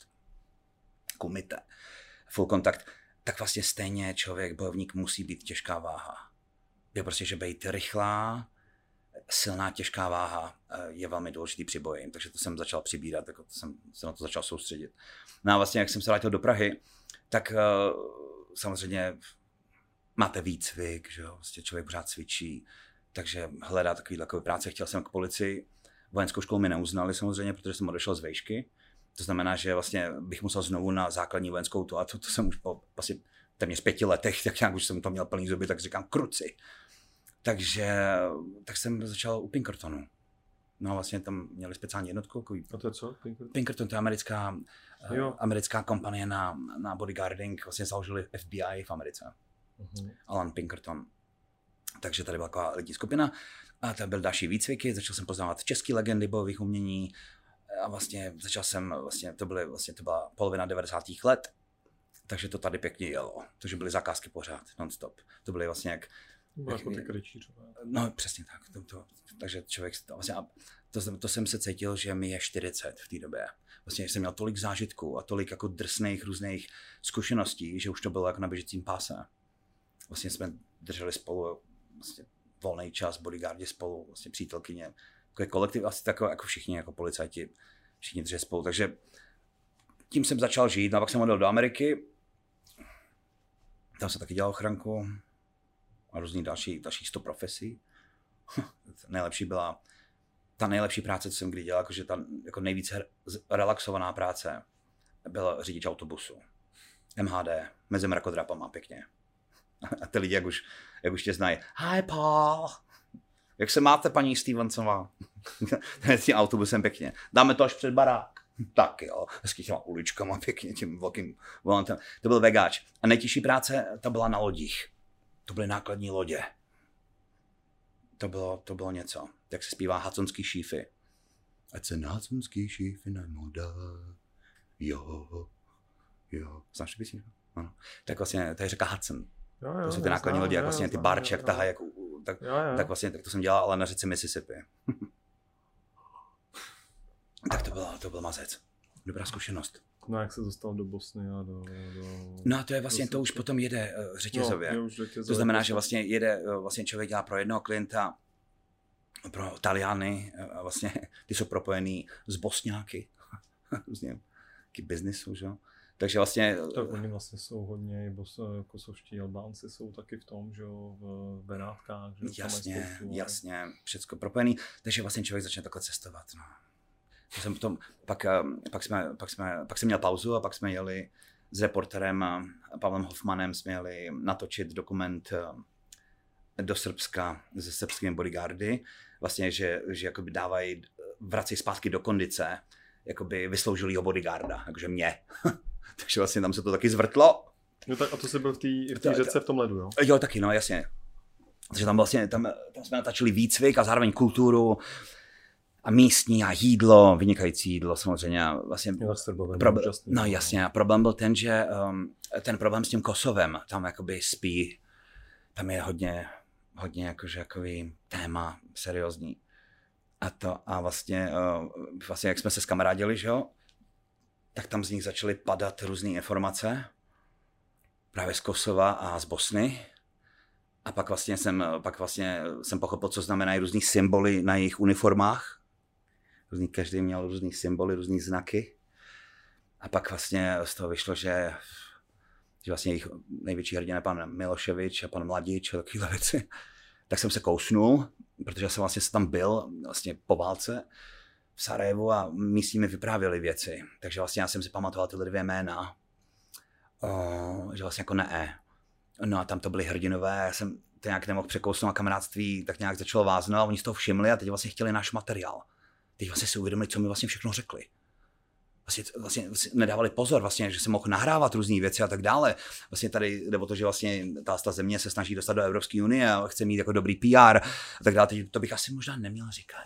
Kumite, full kontakt. Tak vlastně stejně člověk, bojovník, musí být těžká váha. Je prostě, že být rychlá, silná, těžká váha je velmi důležitý při boji. Takže to jsem začal přibírat, jako to jsem se na to začal soustředit. No a vlastně, jak jsem se vrátil do Prahy, tak samozřejmě máte výcvik, že jo, vlastně člověk pořád cvičí. Takže hledá takový takové práce. Chtěl jsem k policii, vojenskou školu mi neuznali samozřejmě, protože jsem odešel z vejšky. To znamená, že vlastně bych musel znovu na základní vojenskou tu a to, to jsem už po asi téměř pěti letech, tak nějak už jsem to měl plný zuby, tak říkám kruci. Takže tak jsem začal u Pinkertonu. No a vlastně tam měli speciální jednotku. Takový... A to je co? Pinkerton? Pinkerton, to je americká, uh, americká kompanie na, na bodyguarding. Vlastně založili F B I v Americe. Uh-huh. Alan Pinkerton. Takže tady byla taková lidí skupina a tam byl další výcviky, začal jsem poznávat české legendy bojových umění a vlastně začal jsem, vlastně to, byly, vlastně to byla polovina devadesátých let, takže to tady pěkně jelo, takže byly zakázky pořád, non-stop. To byly vlastně jak... jak jako ty Krejčířové. No přesně tak, to, to, takže člověk, vlastně, to, to jsem se cítil, že mi je čtyřicet v té době. Vlastně jsem měl tolik zážitků a tolik jako drsných různých zkušeností, že už to bylo jako na běžícím páse. Vlastně jsme drželi spolu vlastně volný čas, bodyguardi spolu, vlastně přítelkyně, jako kolektiv, asi takové jako všichni, jako policajti, všichni drželi spolu, takže tím jsem začal žít, no a pak jsem odjel do Ameriky, tam jsem taky dělal ochranku a různý další, další sto profesí. Nejlepší byla, ta nejlepší práce, co jsem kdy dělal, jakože ta jako nejvíce relaxovaná práce byla řidič autobusu. M H D, mezi mrakodrapama, pěkně. A ty lidi, jak už, jak už tě znají. Hi, Paul. Jak se máte, paní Stevensová? S tím autobusem pěkně. Dáme to až před barák. Tak jo, hezky těma uličkama, pěkně tím velkým volantem. To byl vegáč. A nejtěžší práce, ta byla na lodích. To byly nákladní lodě. To bylo, to bylo něco. Jak se zpívá Hudsonský šífy. Ať se na Hudsonský šífy najmodá. Jo, jo. Znáš tu písničku? Ano. Tak vlastně, to je řeka Hudson. Jo, jo, to jsou ty nákladní lodi, jak vlastně ty barče, jak tahají, jak, tak, jo, jo. tak vlastně tak to jsem dělal, ale na řece Mississippi. Tak to bylo, to byl mazec. Dobrá zkušenost. No jak se dostal do Bosny a do... do no a to je vlastně, to už potom jede uh, řetězově. No, už řetězově. To znamená, že vlastně jede, uh, vlastně člověk dělá pro jednoho klienta, pro Taliany, uh, vlastně ty jsou propojený s Bosňáky. Různě, taky biznisu, že jo. Takže vlastně... Tak oni vlastně jsou hodně, bos, kosovští Albánci jsou taky v tom, že jo, v Benátkách, že jo. Jasně, spoustu, jasně, všecko propojený, takže vlastně člověk začne takhle cestovat, no. Jsem potom, pak, pak, jsme, pak, jsme, pak jsem měl pauzu a pak jsme jeli s reporterem Pavlem Hoffmanem, jsme jeli natočit dokument do Srbska se srbskými bodyguardy, vlastně, že, že jakoby dávají, vrací zpátky do kondice, jakoby vysloužilýho bodyguarda, jakože mě. Takže vlastně tam se to taky zvrtlo. No tak a to jsi byl v té řece v tom ledu, jo? Jo, taky, no jasně. Takže tam vlastně, tam, tam jsme natačili výcvik a zároveň kulturu a místní a jídlo, vynikající jídlo samozřejmě. Vlastně, problém, no jasně, a problém byl ten, že um, ten problém s tím Kosovem, tam jakoby spí, tam je hodně, hodně jakože jakový téma seriózní. A to a vlastně, vlastně jak jsme se skamarádili, že jo, tak tam z nich začaly padat různé informace, právě z Kosova a z Bosny. A pak vlastně jsem, pak vlastně jsem pochopil, co znamenají různý symboly na jejich uniformách. Různý, každý měl různý symboly, různý znaky. A pak vlastně z toho vyšlo, že, že vlastně jejich největší hrdina pan Miloševič a pan Mladič a takovéhle věci. Tak jsem se kousnul, protože jsem vlastně tam byl vlastně po válce v Sarajevu a místní mi vyprávěli věci. Takže vlastně já jsem si pamatoval tyhle dvě jména, o, že vlastně jako ne. No a tam to byly hrdinové, já jsem to nějak nemohl překousnout a kamarádství tak nějak začalo váznout a oni z toho všimli a teď vlastně chtěli náš materiál. Teď vlastně si uvědomili, co mi vlastně všechno řekli. Vlastně, vlastně nedávali pozor, vlastně, že se mohl nahrávat různé věci a tak dále. Vlastně tady jde o to, že vlastně ta, ta země se snaží dostat do Evropské unie a chce mít jako dobrý P R a tak dále. Teď to bych asi možná neměl říkat.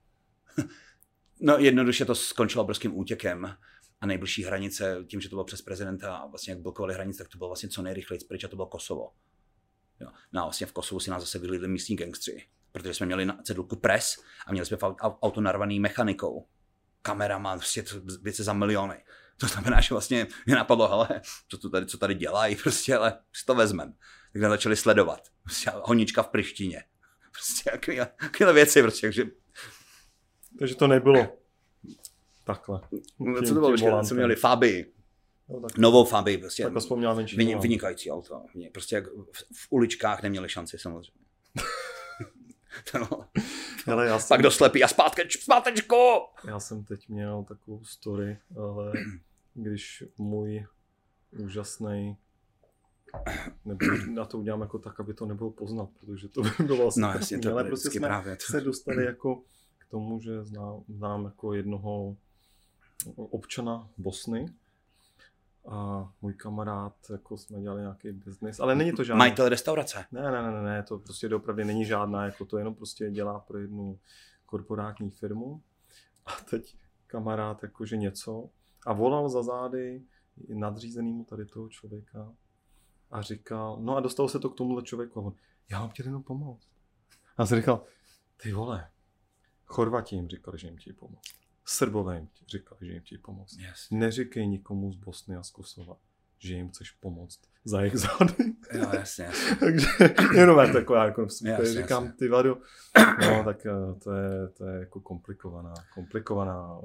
No jednoduše to skončilo obrovským útěkem a nejbližší hranice, tím, že to bylo přes prezidenta a vlastně jak blokovali hranice, tak to bylo vlastně co nejrychleji pryč a to bylo Kosovo. Jo. No a vlastně v Kosovu si nás zase vyhlídli místní gangstři, protože jsme měli cedulku pres a měli jsme auto narvaný mechanikou. Kameraman, prostě věci za miliony. To znamená, že vlastně mě napadlo, hele, co, tu tady, co tady dělají, prostě, ale si to vezmem. Tak jsme začali sledovat. Prostě honička v Prištině. Prostě jakové věci, prostě, takže... Takže to nebylo takhle. No, co to bylo, počkej, co měli? Fabii. No, tak, novou Fabii, prostě. Tak vzpomněl menší. Vyni, vynikající auto. Prostě jak v, v uličkách neměli šanci, samozřejmě. No. Hele, já jsem... Pak doslepí a zpátky, zpátečko! Já jsem teď měl takovou story, ale když můj úžasný, nebo na to udělám jako tak, aby to nebylo poznat, protože to by bylo asi no, jasně, to ale prostě jsme právě. se dostali jako k tomu, že znám, znám jako jednoho občana Bosny a můj kamarád, jako jsme dělali nějaký biznis, ale není to žádný... Majitel restaurace? Ne, ne, ne, ne, to prostě doopravdy není žádná, jako to jenom prostě dělá pro jednu korporátní firmu a teď kamarád jakože něco a volal za zády nadřízenýmu tady toho člověka a říkal, no a dostalo se to k tomuhle člověku a on, já vám chtěl jenom pomoct. A já jsem říkal, ty vole, Chorvati jim říkali, že jim chtějí pomoct. Srbové jim říkali, že jim chtějí pomoct. Yes. Neříkej nikomu z Bosny a z Kosova, že jim chceš pomoct za jejich zády. Jo, jasně, jasně. Takže jenom je taková, jako jasně, říkám, jasně. ty vado, no tak to je, to je jako komplikovaná, komplikovaná,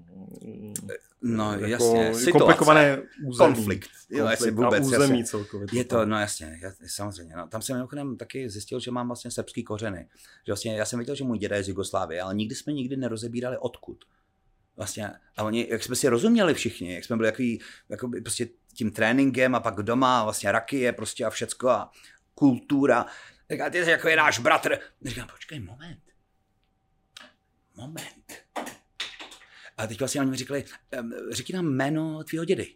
no jako jasně, situace. Komplikované území. Konflikt. Jo, Konflikt jasně, vůbec, a území jasně. celkově. Je to, no jasně, jasně, samozřejmě. No, tam jsem mimochodem taky zjistil, že mám vlastně srbský kořeny. Že vlastně, já jsem věděl, že můj děda je z Jugoslávie, ale nikdy jsme nikdy nerozebírali odkud. Vlastně, a oni, jak jsme si rozuměli všichni, jak jsme byli takový, jako prostě tím tréninkem a pak doma, vlastně rakie prostě a všecko a kultura. Říká, ty jsi jako je náš bratr. Říkám, počkej, moment. Moment. A teď vlastně oni mi říkali, řekni nám jméno tvýho dědy.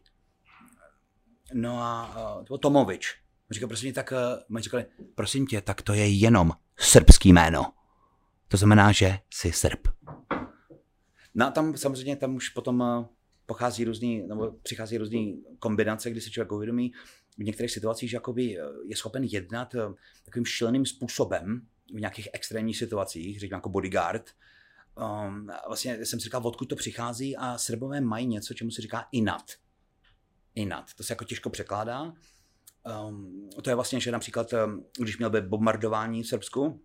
No a to byl Tomovič. Říkal, prosím tě, tak, oni říkali, prosím tě, tak to je jenom srbský jméno. To znamená, že jsi Srb. No a tam samozřejmě tam už potom pochází různý, nebo přichází různý kombinace, kdy se člověk uvědomí v některých situacích, že jakoby je schopen jednat takovým šíleným způsobem v nějakých extrémních situacích, řekněme jako bodyguard. Um, vlastně jsem si říkal, odkud to přichází a Srbové mají něco, čemu se říká inat. Inat. To se jako těžko překládá. Um, to je vlastně, že například, když měl by bombardování v Srbsku,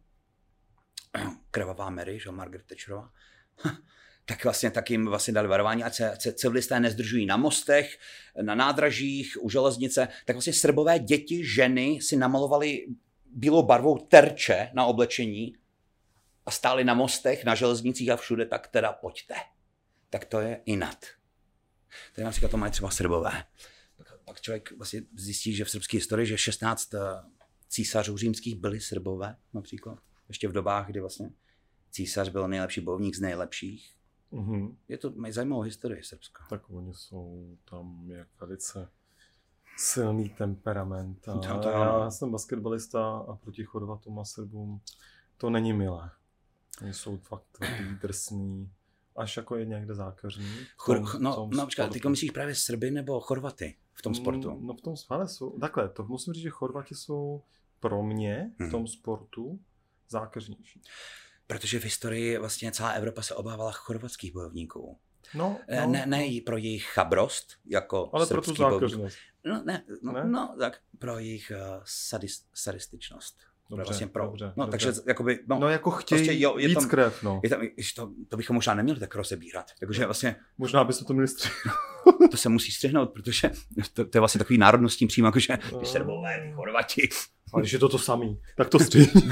krvavá Mary, že Margaret Thatcherová, tak vlastně tak jim vlastně dali varování, ať se, se civilisté nezdržují na mostech, na nádražích, u železnice, tak vlastně Srbové děti, ženy si namalovali bílou barvou terče na oblečení a stáli na mostech, na železnicích a všude, tak teda pojďte. Tak to je inat. Tady například to mají třeba Srbové. Pak člověk vlastně zjistí, že v srbské historii, že šestnáct císařů římských byli Srbové například. Ještě v dobách, kdy vlastně císař byl nejlepší bojovník z nejlepších. Mm-hmm. Je to, mají zajímavou historii Srbska. Tak oni jsou tam jak velice silný temperament. A to, to já jsem basketbalista a proti Chorvatům a Srbům to není milé. Oni jsou fakt tvrdý, drsný, až jako je někde zákeřní. Chor- no, no počkat, ty myslíš právě Srby nebo Chorvaty v tom sportu? No, no v tom ale jsou, takhle, to musím říct, že Chorvati jsou pro mě v tom sportu zákeřnější. protože v historii vlastně celá Evropa se obávala chorvatských bojovníků. No, no, ne, ne pro jejich chabrost, jako ale pro tu zákeřnost. No, ne, no, ne? no, tak pro jejich uh, sadist, sadističnost. Dobře, vlastně pro, dobře, no, dobře. takže jakoby, no, no jako chtějí prostě, jo, víc tam, krev, no. Je tam, to, to bychom možná neměli tak rozebírat. Takže vlastně, možná byste to měli střihnout. To se musí střihnout, protože to, to je vlastně takový národnostní přímo, jakože ty Srbové, ty Chorvati. Ale když je to to samý, tak to střihni.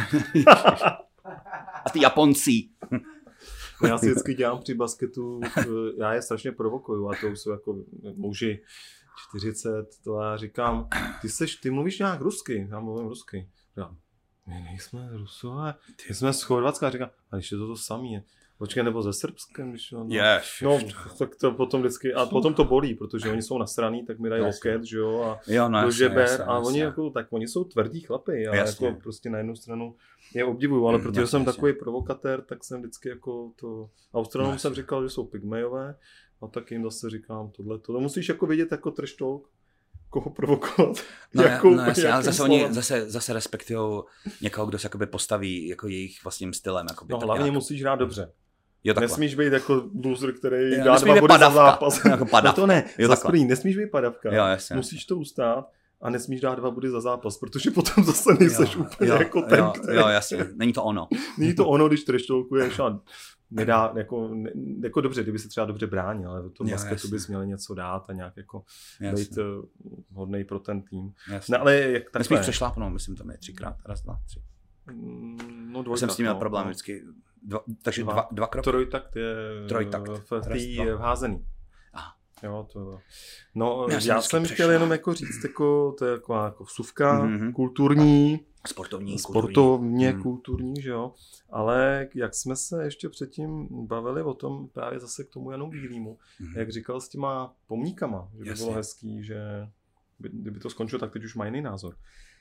A ty Japonci. Já si vždycky dělám při basketu, já je strašně provokuju a to jsou jako muži čtyřicet, to já říkám, ty seš, ty mluvíš nějak rusky, já mluvím rusky. Říkám, my nejsme Rusové, my jsme z Chorvatska, a říkám, a když je to to samý, počkej, nebo ze Srbskem, když no, yes, no tak to potom vždycky, a potom to bolí, protože oni jsou nasraný, tak mi dají loket, že jo, a jo, no, do žeber, jasně, a oni jasně. jako, tak oni jsou tvrdí chlapy, ale jasně. jako prostě na jednu stranu je obdivuju, ale protože jasně, jsem jasně. takový provokatér, tak jsem vždycky jako to, Australanům no, jsem říkal, že jsou pygmejové, a tak jim zase říkám tohle, to musíš jako vidět jako trash talk, koho provokovat. No, jakou, no jasně, ale zase oni zase, zase respektujou někoho, kdo se jakoby postaví jako jejich vlastním stylem. Jakoby, no hlavně nějak... musíš hrát dobře. Jo, nesmíš být jako loser, který jo, dá dva body za zápas. Jako no to ne, jo, zase první, nesmíš být padavka. Jo, jasně. Musíš to ustát a nesmíš dát dva body za zápas, protože potom zase nejseš jo, úplně jo, jako ten, jo, který... Jo, jasně, není to ono. Není to ono, když treštolkuješ a nedá, jako, ne, jako dobře, kdyby se třeba dobře bránil, ale v tom basketu bys měl něco dát a nějak jako jasně. být uh, hodnej pro ten tým. Jasně. No, ale jak takhle... Nesmíš přešlápnout, myslím, tam je třikrát, raz, dva, tři. No dvojtakt. Jsem s tím měl no, problém no. vždycky. Dva, takže dva, dva, dva kroky. Trojtakt je Trojtakt. v tý je vházený. Aha. Jo, to je. No, já, já jsem přešla. chtěl jenom jako říct, jako, to je jako, jako vsuvka, mm-hmm. kulturní, sportovní, sportovně kulturní. kulturní, že jo. Ale jak jsme se ještě předtím bavili o tom právě zase k tomu Janu Bílýmu, mm-hmm. jak říkal s těma pomníkama, že by Jasně. bylo hezký, že by, kdyby to skončilo, tak teď už má jiný názor.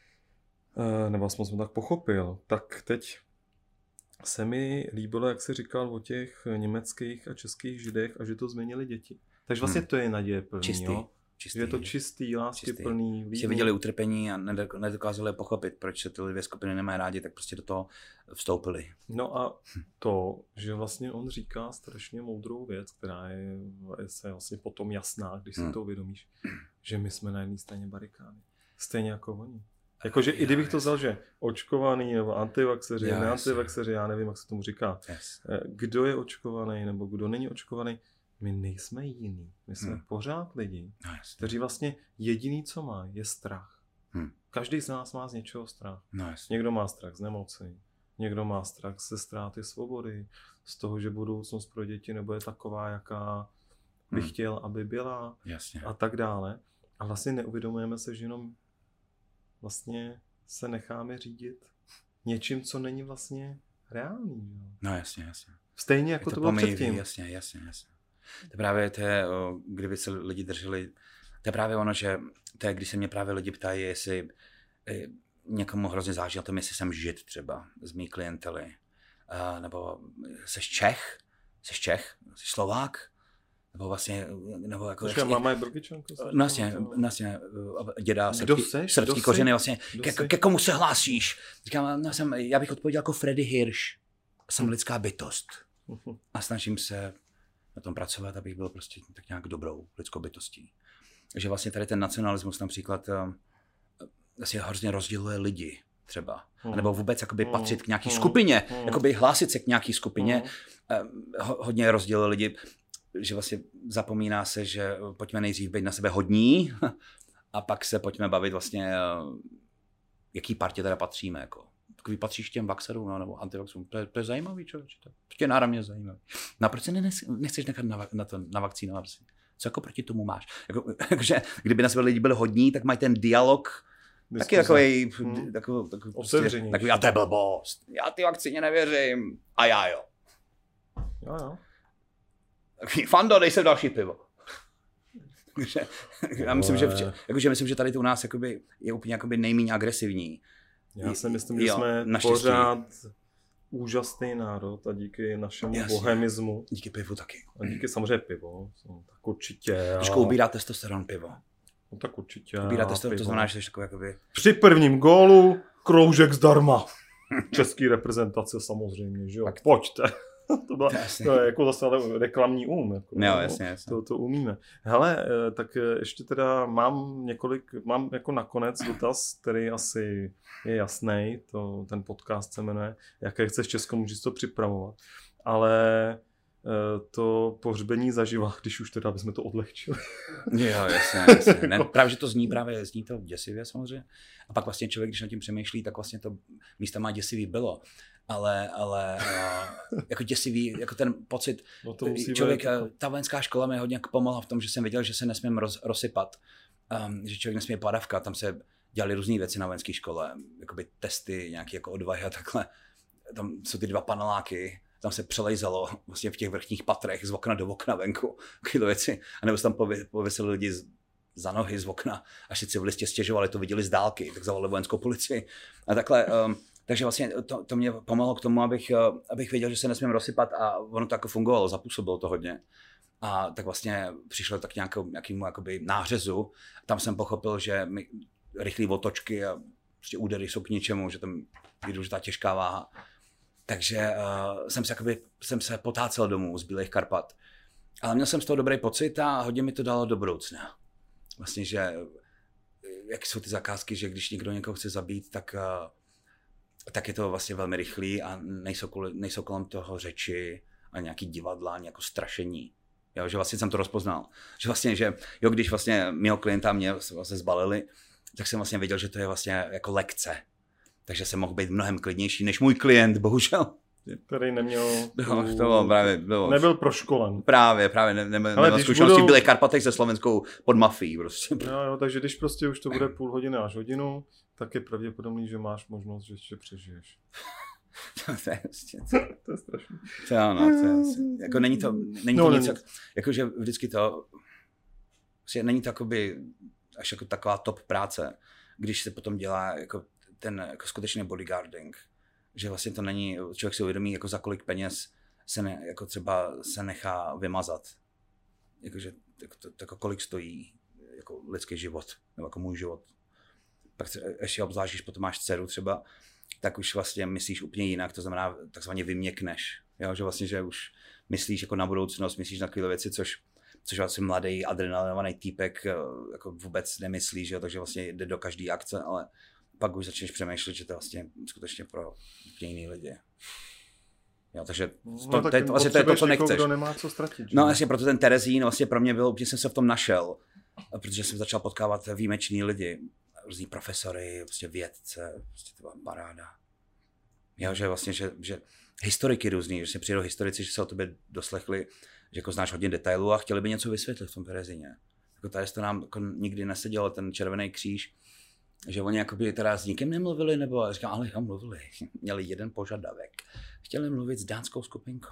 E, nebo aspoň jsem tak pochopil. Tak teď se mi líbilo, jak jsi říkal o těch německých a českých židech a že to změnili děti. Takže vlastně hmm. to je naděje plný, čistý, jo? Čistý. Je to čistý, lásky plný. Když viděli utrpení a nedokázali pochopit, proč se ty dvě skupiny nemají rádi, tak prostě do toho vstoupili. No a to, že vlastně on říká strašně moudrou věc, která je, je se vlastně potom jasná, když si hmm. to uvědomíš, že my jsme na jedné straně barikády. Stejně jako oni. Jakože i kdybych to vzal, že očkovaný nebo antivaxeři, neantivaxeři, já nevím, jak se tomu říká. Yes. Kdo je očkovaný nebo kdo není očkovaný, my nejsme jiní. My jsme hmm. pořád lidi, no, kteří vlastně jediný, co má, je strach. Hmm. Každý z nás má z něčeho strach. No, někdo má strach z nemoci, někdo má strach ze ztráty svobody, z toho, že budoucnost pro děti nebude taková, jaká bych hmm. chtěl, aby byla Jasně. a tak dále. A vlastně neuvědomujeme se, že jenom vlastně se necháme řídit něčím, co není vlastně reálný. Jo? No jasně, jasně. Stejně jako to, to bylo pomývý, předtím. Jasně, jasně, jasně. To je právě to je, kdyby se lidi drželi, to je právě ono, že to je, když se mě právě lidi ptají, jestli někomu hrozně záleží na tom, jestli jsem žid třeba z mý klientely, uh, nebo seš Čech, seš Čech, seš Slovák, nebo vlastně, nebo jako... Což máma je Belgičanka? No jasně, vlastně, děda srbský, srbský kořeny, vlastně, ke, ke komu se hlásíš? Říkám, no, jsem, já bych odpověděl jako Freddy Hirsch, jsem lidská bytost a snažím se na tom pracovat, abych byl prostě tak nějak dobrou lidskou bytostí. Takže vlastně tady ten nacionalismus například vlastně hrozně rozděluje lidi třeba, hmm. nebo vůbec jakoby patřit k nějaký hmm. skupině, hmm. jakoby hlásit se k nějaký skupině, hmm. hodně rozděluje lidi, že vlastně zapomíná se, že pojďme nejdřív být na sebe hodní a pak se pojďme bavit vlastně, jaký partě teda patříme. Jako. Takový patříš těm vaxerům no, nebo antivaxerům. To, to je zajímavý, člověče. To je náramně zajímavý. No a proč se ne, nechceš nechat na, na, to, na vakcínovat? Co jako proti tomu máš? Jako, jakože, kdyby na sebe lidi byli hodní, tak mají ten dialog diskuze. Taky takový, hmm. takový, takový, prostě, takový, a to je blbost. Já ty vakcíně nevěřím. A já jo. Jo, jo. Fando, dej se další pivo. Já myslím, že, jakože myslím, že tady u nás jakoby, je úplně jakoby nejméně agresivní. Já si myslím, že jo, jsme naštěstí. Pořád úžasný národ a díky našemu Jasně. bohemismu. Díky pivu taky. A díky samozřejmě pivo. Tak určitě. Trošku ubírá testosteron pivo. No tak určitě. Ubírá testosteron, to znamená, že jsi takový jakoby... Při prvním gólu kroužek zdarma. český reprezentace samozřejmě, že jo. Tak pojďte. To, byla, to je jako zase reklamní um. Jako, no, no, jasně, jasně. To, to umíme. Hele, tak ještě teda mám několik, mám jako nakonec dotaz, který asi je jasný, to, ten podcast se jmenuje, jaké chceš Česko, můžeš to připravovat. Ale to pohřbení zaživa, když už teda bychom to odlehčili. Jo, jasně, jasně. Ne, právě, že to zní právě, zní to děsivě samozřejmě. A pak vlastně člověk, když nad tím přemýšlí, tak vlastně to místa má děsivý bylo. Ale, ale jako děsivý, jako ten pocit, no člověk, být... ta vojenská škola mi hodně pomohla v tom, že jsem věděl, že se nesmím roz, rozsypat, um, že člověk nesmí padavka, tam se dělali různé věci na vojenské škole, jakoby testy, nějaké jako odvahy a takhle. Tam jsou ty dva paneláky, tam se přelejzalo vlastně v těch vrchních patrech z okna do okna venku, takové věci, a nebo se tam pověsili lidi z, za nohy z okna, až si civilisti stěžovali, to viděli z dálky, tak zavolali vojenskou policii a takhle. Um, Takže vlastně to, to mě pomohlo k tomu, abych, abych věděl, že se nesmím rozsypat a ono to jako fungovalo, zapůsobilo to hodně. A tak vlastně přišlo tak nějakou, nějakému jakoby nářezu. Tam jsem pochopil, že mi rychlé otočky a prostě údery jsou k ničemu, že tam je důležitá těžká váha. Takže uh, jsem, se, jakoby, jsem se potácel domů z Bílých Karpat. Ale měl jsem z toho dobrý pocit a hodně mi to dalo do budoucna. Vlastně, že jak jsou ty zakázky, že když někdo někoho chce zabít, tak uh, tak je to vlastně velmi rychlý a nejsou, kvůli, nejsou kolem toho řeči a nějaký divadla, ani jako strašení. Jo, že vlastně jsem to rozpoznal. Že vlastně, že jo, když vlastně mého klienta mě vlastně zbalili, tak jsem vlastně věděl, že to je vlastně jako lekce. Takže jsem mohl být mnohem klidnější než můj klient, bohužel. Který neměl... No, to bylo právě, bylo, nebyl proškolen. Právě, právě ne, ne, neměl zkušenosti budou... v Bílých Karpatech se slovenskou pod mafií. Prostě. Jo, jo, takže když prostě už to bude půl hodiny až hodinu, tak je pravděpodobný, že máš možnost, že ještě přežiješ. to je prostě... to je strašný. To ano, to je... Jako není to, není no, to není. nic, jako že vždycky to... Prostě není to jakoby až jako taková top práce, když se potom dělá jako ten jako skutečný bodyguarding. Že vlastně to není, člověk si uvědomí, jako za kolik peněz se ne, jako třeba se nechá vymazat. Jakože jako, to, jako kolik stojí jako lidský život, nebo jako můj život. Pak ještě obzvlášť, když potom máš dceru třeba, tak už vlastně myslíš úplně jinak, to znamená takzvaně vyměkneš. Jo? Že vlastně, že už myslíš jako na budoucnost, myslíš na takové věci, což, což vlastně mladý adrenalinovaný týpek jako vůbec nemyslí, že jo? Takže vlastně jde do každé akce, ale pak už začneš přemýšlet, že to je vlastně skutečně pro jiný lidi. Jo, takže to, no, to, je, vlastně to je to, co nechceš. Kdo nemá co ztratit. Že? No vlastně proto ten Terezín vlastně pro mě byl, úplně jsem se v tom našel, protože jsem začal potkávat výjimečný lidi, různý profesory, prostě vědce, prostě to byla paráda. Jo, že vlastně, že, že historiky různý, že si přijdou historici, že se o tobě doslechli, že jako znáš hodně detailů a chtěli by něco vysvětlit v tom Terezíně. Jako tady to nám jako nikdy nesedělo, ten Červený kříž, že oni jakoby teda s nikým nemluvili, nebo říkám, ale jo, mluvili. Měli jeden požadavek. Chtěli mluvit s dánskou skupinkou.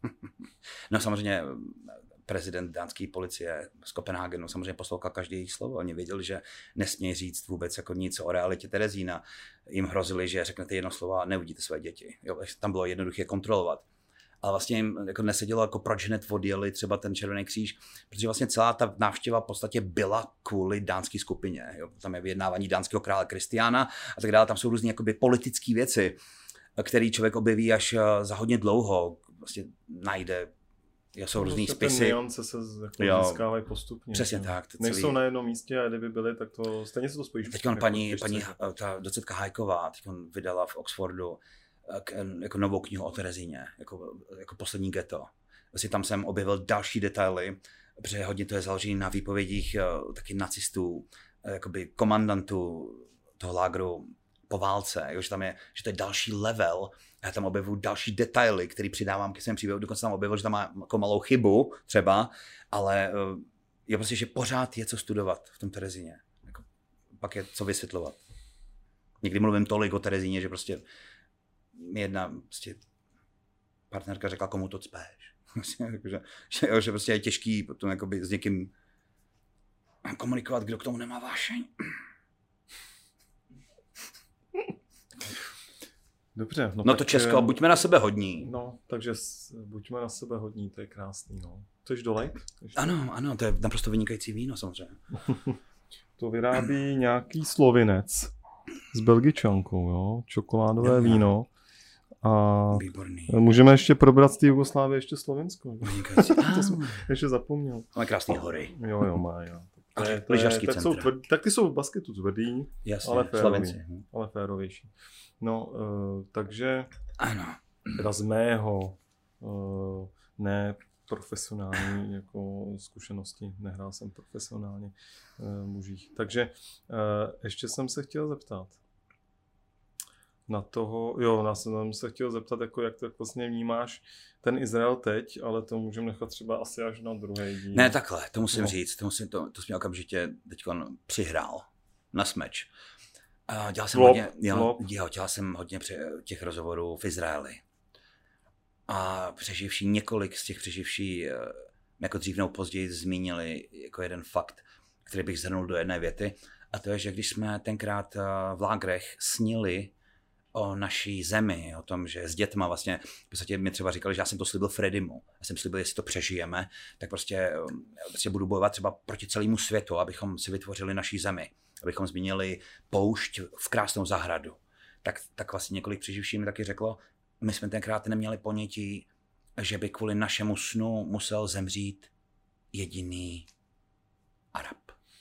No samozřejmě prezident dánské policie z Kopenhagenu samozřejmě poslouchal každé jejich slovo. Oni věděli, že nesmějí říct vůbec jako nic o realitě Terezína. Jim hrozili, že řeknete jedno slovo a neuvidíte své děti. Jo, tam bylo jednoduché kontrolovat. Ale vlastně jim jako nesedělo, jako proč hned odjeli třeba ten Červený kříž, protože vlastně celá ta návštěva v podstatě byla kvůli dánské skupině. Jo. Tam je vyjednávání dánského krále Kristiána a tak dále. Tam jsou různé jakoby politické věci, které člověk objeví až za hodně dlouho. Vlastně najde, jo, jsou no, různý spisy. Ty nuance se jako získávají postupně. Přesně ne? tak. Nejsou celý... na jednom místě a kdyby byly, tak to stejně se to spojíš. Teď jako paní, paní ta docentka Hajková teď vydala v Oxfordu jako novou knihu o Terezíně, jako, jako poslední ghetto. Vlastně tam jsem objevil další detaily, protože hodně to je založené na výpovědích taky nacistů, jakoby komandantů toho lágru po válce, jo, že tam je, že to je další level, já tam objevuju další detaily, které přidávám ke svému příběhu, dokonce tam objevil, že tam má jako malou chybu třeba, ale je prostě, že pořád je co studovat v tom Terezíně. Jako, pak je co vysvětlovat. Někdy mluvím tolik o Terezíně, že prostě mi jedna prostě partnerka řekla, komu to cpeš. že, že, že prostě je těžký potom jakoby s někým komunikovat, kdo k tomu nemá vášeň. Dobře. No, no to Česko, buďme na sebe hodní. No, takže buďme na sebe hodní, to je krásný. No. Chceš dolejt? Ještě? Ano, ano, to je naprosto vynikající víno samozřejmě. To vyrábí nějaký Slovinec. s Belgičankou, jo, čokoládové no, víno. A výborný. Můžeme ještě probrat z té Jugoslávie ještě Slovensko. To jsem ještě zapomněl. Máme krásný hory. Jo, jo, má, jo. To je, to je, tak, jsou tvrdý, tak ty jsou v basketu tvrdý, jasně, ale férový, ale férovější. No, uh, takže ano. teda z mého uh, ne profesionální jako zkušenosti, nehrál jsem profesionálně uh, mužích. Takže uh, ještě jsem se chtěl zeptat na toho, jo, já jsem se chtěl zeptat, jako jak to vlastně vnímáš ten Izrael teď, ale to můžeme nechat třeba asi až na druhý díl. Ne, takhle, to musím no. říct, to, musím, to, to jsi mě okamžitě teď přihrál na smeč. Uh, dělal jsem Lop, hodně, jo, jo, dělal jsem hodně těch rozhovorů v Izraeli. A přeživší, několik z těch přeživší, jako dřív nebo později zmínili jako jeden fakt, který bych shrnul do jedné věty. A to je, že když jsme tenkrát v lágrech snili o naší zemi, o tom, že s dětma vlastně, v podstatě mi třeba říkali, že já jsem to slíbil Fredimu. Já jsem slíbil, jestli to přežijeme, tak prostě, prostě budu bojovat třeba proti celému světu, abychom si vytvořili naší zemi, abychom zmínili poušť v krásnou zahradu. Tak, tak vlastně několik přeživších mi taky řeklo, my jsme tenkrát neměli ponětí, že by kvůli našemu snu musel zemřít jediný Arab.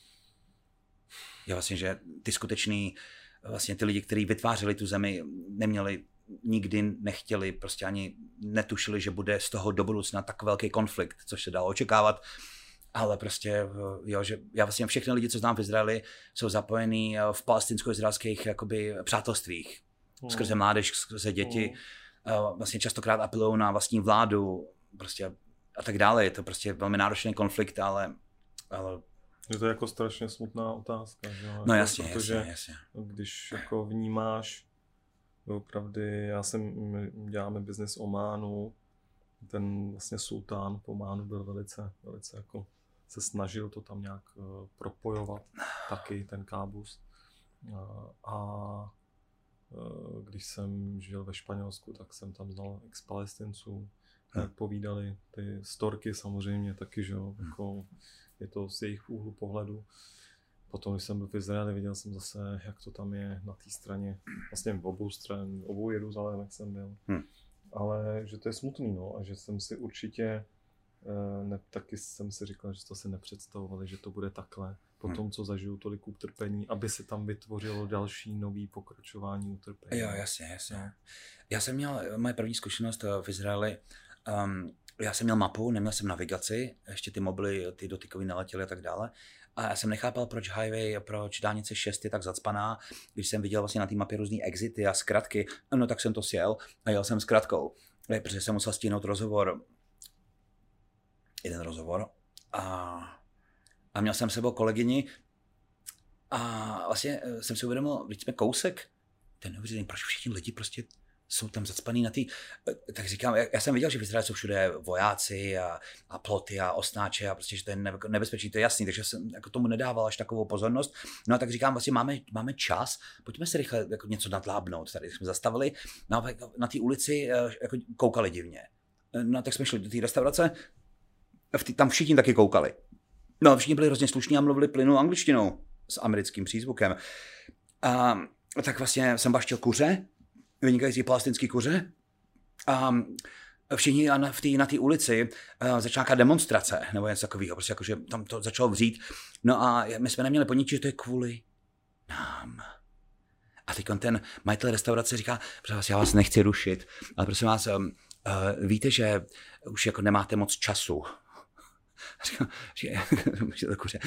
Je vlastně, že ty skutečný, vlastně ty lidi, kteří vytvářeli tu zemi, neměli, nikdy nechtěli, prostě ani netušili, že bude z toho do budoucna tak velký konflikt, což se dalo očekávat. Ale prostě, jo, že já vlastně všechny lidi, co znám v Izraeli, jsou zapojení v palestinsko-izraelských jakoby přátelstvích. Mm. Skrze mládež, skrze děti. Mm. Vlastně častokrát apelují na vlastní vládu, prostě a tak dále. Je to prostě velmi náročný konflikt, ale... ale... Je to jako strašně smutná otázka, že? No jasně, protože jasně, jasně. Když jako vnímáš, opravdu, já jsem, děláme biznis Ománu, ten vlastně sultán po Ománu byl velice, velice jako se snažil to tam nějak uh, propojovat, taky ten kábus. Uh, a uh, když jsem žil ve Španělsku, tak jsem tam znal ex-Palestinců, hmm. povídali ty storky samozřejmě taky, že jo, hmm. jako je to z jejich úhlu pohledu. Potom, když jsem byl v Izraeli, viděl jsem zase, jak to tam je na té straně, vlastně v obou stran, obou Jeruzalémech jsem byl. Hmm. Ale že to je smutný, no, a že jsem si určitě, ne, taky jsem si říkal, že to si nepředstavovali, že to bude takhle. Po tom, co zažiju tolik utrpení, aby se tam vytvořilo další nový pokračování utrpení. Jo, jasně, jasně. Já jsem měl, moje první zkušenost v Izraeli, um, já jsem měl mapu, neměl jsem navigaci, ještě ty mobily, ty dotykový neletěly a tak dále. A já jsem nechápal, proč highway, proč dálnice šest je tak zacpaná. Když jsem viděl vlastně na té mapě různý exity a zkratky, no tak jsem to sjel a jel jsem zkratkou. Protože jsem musel stihnout rozhovor, jeden rozhovor a, a měl jsem s sebou kolegyni a vlastně jsem si uvědomil, když jsme kousek, ten neuvěřitelný, proč všichni lidi prostě jsou tam zacpaný na ty, tak říkám, já jsem viděl, že v Izraeli jsou všude vojáci a, a ploty a osnáče a prostě, že to je nebezpečný, to je jasný, takže jsem jako tomu nedával až takovou pozornost. No a tak říkám, vlastně máme, máme čas, pojďme si rychle jako něco nadlábnout, tady jsme zastavili, no a na té ulici jako koukali divně. No a tak jsme šli do té restaurace, tam všichni taky koukali. No a všichni byli hrozně slušní a mluvili plynnou angličtinou s americkým přízvukem. A tak vlastně jsem baštil kuře, vynikající palestinský kuře. A všichni na té na ulici uh, začala nějaká demonstrace, nebo něco takového, prostě jako, že tam to začalo vřít. No a my jsme neměli ponětí, že to je kvůli nám. A teď ten majitel restaurace říká, prosím vás, já vás nechci rušit, ale prosím vás, um, uh, víte, že už jako nemáte moc času. Říkám, že, že to kuře,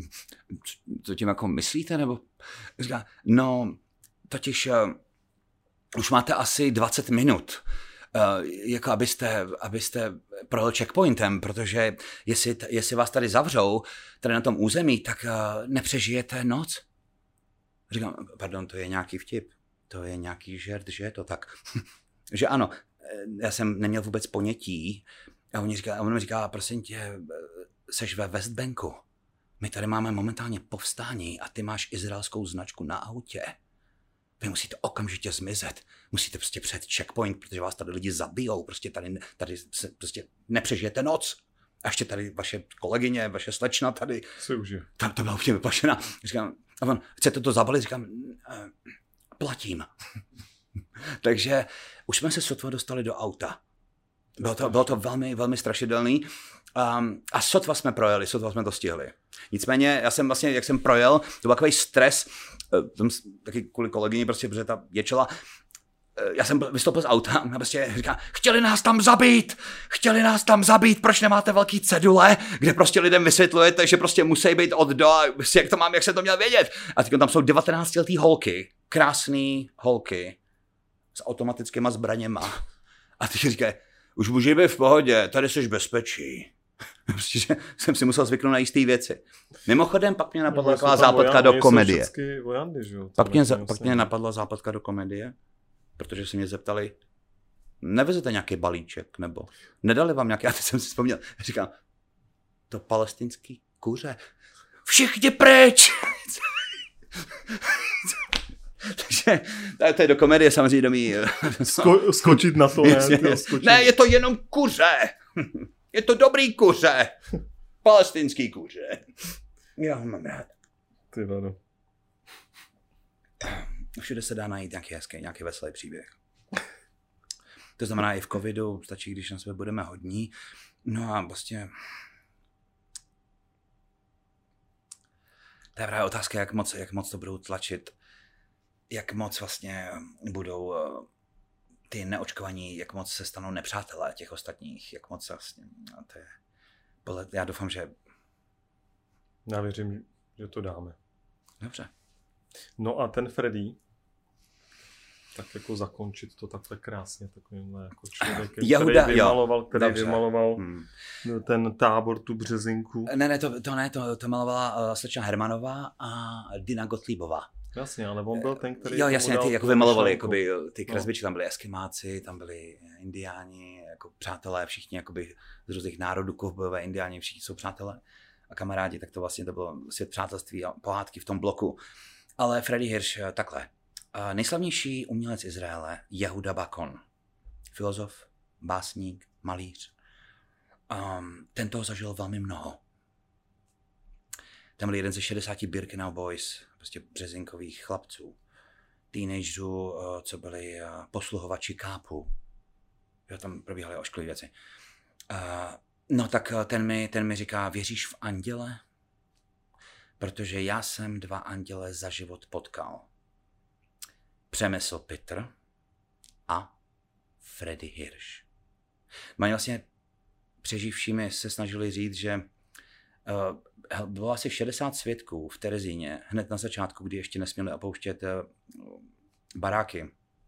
co tím jako myslíte, nebo? Říká, no, totiž uh, už máte asi dvacet minut, uh, jako abyste, abyste projel checkpointem, protože jestli, jestli vás tady zavřou, tady na tom území, tak uh, nepřežijete noc. Říkám, pardon, to je nějaký vtip, to je nějaký žert, že je to tak. Že ano, já jsem neměl vůbec ponětí a on, říká, on mi říká, prosím tě, seš ve Westbanku, my tady máme momentálně povstání a ty máš izraelskou značku na autě. Vy musíte okamžitě zmizet, musíte prostě před checkpoint, protože vás tady lidi zabijou, prostě tady, tady se prostě nepřežijete noc. A ještě tady vaše kolegyně, vaše slečna tady, se užije. Tam to byla úplně vyplašená. Říkám, a on, chcete to zabalit? Říkám, platím. Takže už jsme se sotva dostali do auta. Bylo to, bylo to velmi, velmi strašidelný. Um, a sotva jsme projeli, sotva jsme to stihli. Nicméně, já jsem vlastně, jak jsem projel, to byl takový stres, uh, taky kvůli kolegyni, prostě, protože ta ječela, uh, já jsem vystoupil z auta a prostě říká, chtěli nás tam zabít, chtěli nás tam zabít, proč nemáte velký cedule, kde prostě lidem vysvětlujete, že prostě musí být od do, jak to mám, jak se to měl vědět. A teď tam jsou devatenáctiletý holky, krásný holky s automatickýma zbraněma. A ty říkají, už může být v pohodě, tady jsi bezpečí. Prostě jsem si musel zvyknout na jisté věci. Mimochodem, pak mě napadla taková zápletka do komedie. Vojandy, že jo? Pak mě, za, pak mě napadla zápletka do komedie, protože se mě zeptali, nevezete nějaký balíček, nebo nedali vám nějaký, já teď jsem si vzpomněl, říkám, to palestinský kuře, všichni pryč! Takže to je do komedie samozřejmě do mý... Sko, skočit na to, ne? Ne, je to jenom kuře. Je to dobrý kuře. Palestinský kuře. Já ho mám rád. Ty vado. Všude se dá najít nějaký hezký, nějaký veselý příběh. To znamená i v covidu, stačí, když na sebe budeme hodní. No a vlastně... To je právě otázka, jak moc, jak moc to budou tlačit. Jak moc vlastně budou ty neočkovaní, jak moc se stanou nepřátelé těch ostatních, jak moc vlastně, to je, podle, já doufám, že... Já věřím, že to dáme. Dobře. No a ten Freddy, tak jako zakončit to takhle krásně, takovýmhle jako člověk, který Jehuda, vymaloval, který Dobře. vymaloval hmm. ten tábor, tu březinku. Ne, ne, to, to ne, to, to malovala uh, slečna Hermanová a Dina Gottliebová. Jasně, ale on byl ten, který... Jo, jasně, ty jako vymalovali, jakoby, ty kresbičky, tam byli Eskimáci, tam byli indiáni, jako přátelé, všichni jakoby z různých národů, kovbojové indiáni, všichni jsou přátelé a kamarádi, tak to vlastně to bylo svět přátelství a pohádky v tom bloku. Ale Freddy Hirsch, takhle. Nejslavnější umělec Izraele, Jehuda Bakon, filozof, básník, malíř. Um, ten toho zažil velmi mnoho. Tam byl jeden ze šedesáti Birkenau Boys, prostě březinkových chlapců, teenagerů, co byli posluhovači kápu. Jo, tam probíhaly ošklivé věci. No tak ten mi, ten mi říká, věříš v anděle? Protože já jsem dva anděle za život potkal. Přemysl Pitr a Freddy Hirsch. Mají vlastně přeživšími se snažili říct, že uh, bylo asi šedesát svědků v Terezíně, hned na začátku, kdy ještě nesměli opouštět uh, baráky,